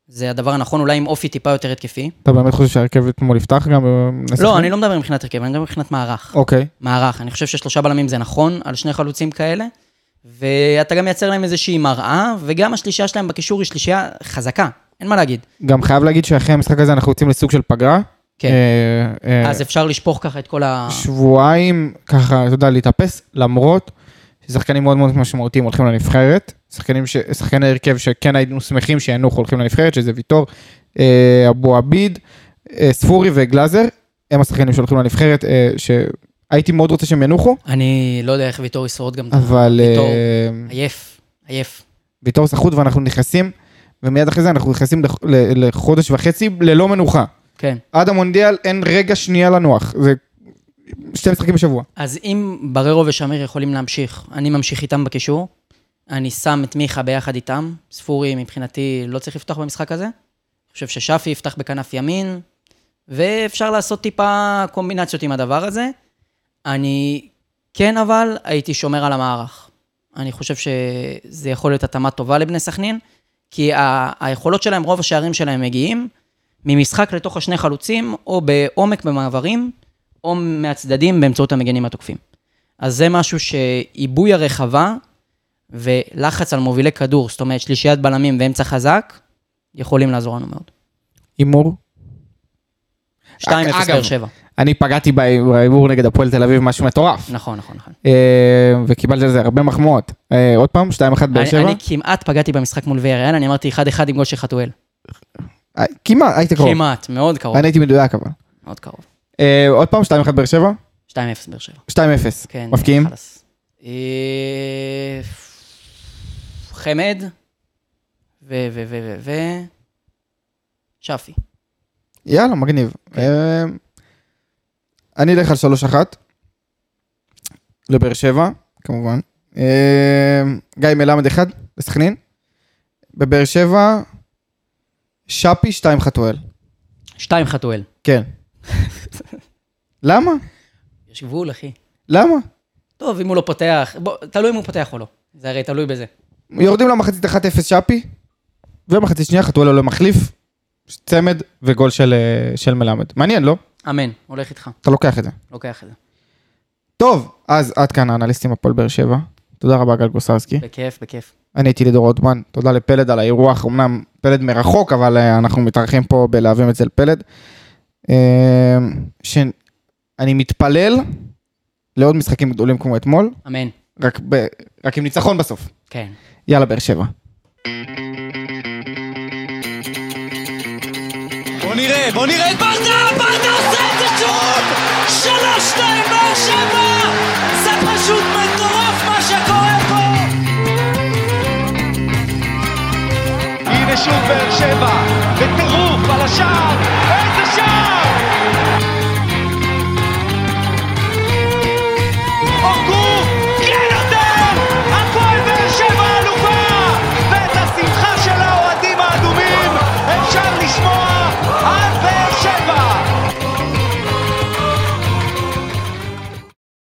זה הדבר הנכון, אולי עם אופי טיפה יותר התקפי. אתה באמת חושב שהרכב אתמול יפתח גם? לא, אני לא מדבר מבחינת הרכב, אני מדבר מבחינת מערך. אוקיי. מערך, אני חושב ש3 בלמים זה נכון, על 2 חלוצים כאלה, ואתה גם מייצר להם איזושהי מראה, וגם השלישייה שלהם בקישור היא שלישייה חזקה, אין מה להגיד. גם חייב להגיד שאחרי המשחק הזה אנחנו יוצאים לסוג של פגרה. כן. אז אפשר לשפוך ככה את כל שבועיים, ככה, אתה יודע, להתאפס, למרות ששחקנים מאוד מאוד משמעותיים הולכים לנבחרת, שחקני הרכב שכן היינו שמחים שינוח הולכים לנבחרת, שזה ויטור, אבו עביד, ספורי וגלאזר, הם השחקנים שהולכים לנבחרת, שהייתי מאוד רוצה שהם ינוחו. אני לא יודע איך ויטור ישרוד גם. אבל ויטור, עייף. ויטור סחוט ואנחנו נכנסים, ומיד אחרי זה אנחנו נכנסים לחודש וחצי ללא מנוחה. כן. עד המונדיאל אין רגע שנייה לנוח, זה 2 משחקים בשבוע. אז אם בררו ושמיר יכולים להמשיך, אני ממשיך איתם בקישור, אני שם את מיכה ביחד איתם, ספורי מבחינתי לא צריך לפתוח במשחק הזה, אני חושב ששפי יפתח בכנף ימין, ואפשר לעשות טיפה קומבינציות עם הדבר הזה, אני כן אבל הייתי שומר על המערך, אני חושב שזה יכול להיות התאמה טובה לבני סכנין, כי היכולות שלהם, רוב השערים שלהם מגיעים, ממשחק לתוך 2 חלוצים, או בעומק במעברים, או מהצדדים באמצעות המגנים התוקפים. אז זה משהו שעיבוי הרחבה, ולחץ על מובילי כדור, זאת אומרת, שלישיית בלמים ואמצע חזק, יכולים לעזור לנו מאוד. אימור? 2-0 באר שבע. אני פגעתי באימור נגד הפועל תל אביב, משהו מטורף. נכון. וקיבלתי על זה הרבה מחמאות. עוד פעם, 2-1 באר שבע. אני כמעט פגעתי במשחק מול ויאריאל, אני אמרתי 1-1 עם גול של חתואל. כמעט, היית קרוב. כמעט, מאוד קרוב. אני הייתי מדויק אבל. מאוד קרוב. עוד פעם, 2-1 באר שבע? 2-0 באר שבע. 2-0. כן. מפקיעים? חמד, שפי. יאללה, מגניב. אני אלך על 3-1, לבאר שבע, כמובן. גיא מלמד 1, לסכנין. בבאר שבע, שפי 2 חתואל. 2 חתואל. כן. למה? יש גבול, אחי. למה? טוב, אם הוא לא פותח, תלוי אם הוא פותח או לא. זה הרי תלוי בזה. יורדים למחצית 1-0 שפי, ומחצית שנייה חתואל עולה מחליף, צמד וגול של מלמד. מעניין, לא? אמן, הולך איתך. אתה לוקח את זה. לוקח את זה. טוב, אז עד כאן האנליסטים הפועל באר שבע. תודה רבה גל גוסרסקי. בכיף. אני הייתי לידור רוטמן. תודה לפלד על האירוח. אמנם פלד מרחוק, אבל אנחנו מתארחים פה בלהבים אצל פלד. שאני מתפלל לעוד משחקים גדולים כמו אתמול. אמן. רק עם ניצחון בסוף. כן. יאללה, באר שבע. בוא נראה את ברדה עושה את זה שוב! 3-2 באר שבע! זה פשוט מטורף מה שקורה פה! הנה שוב באר שבע, בטירוף על השער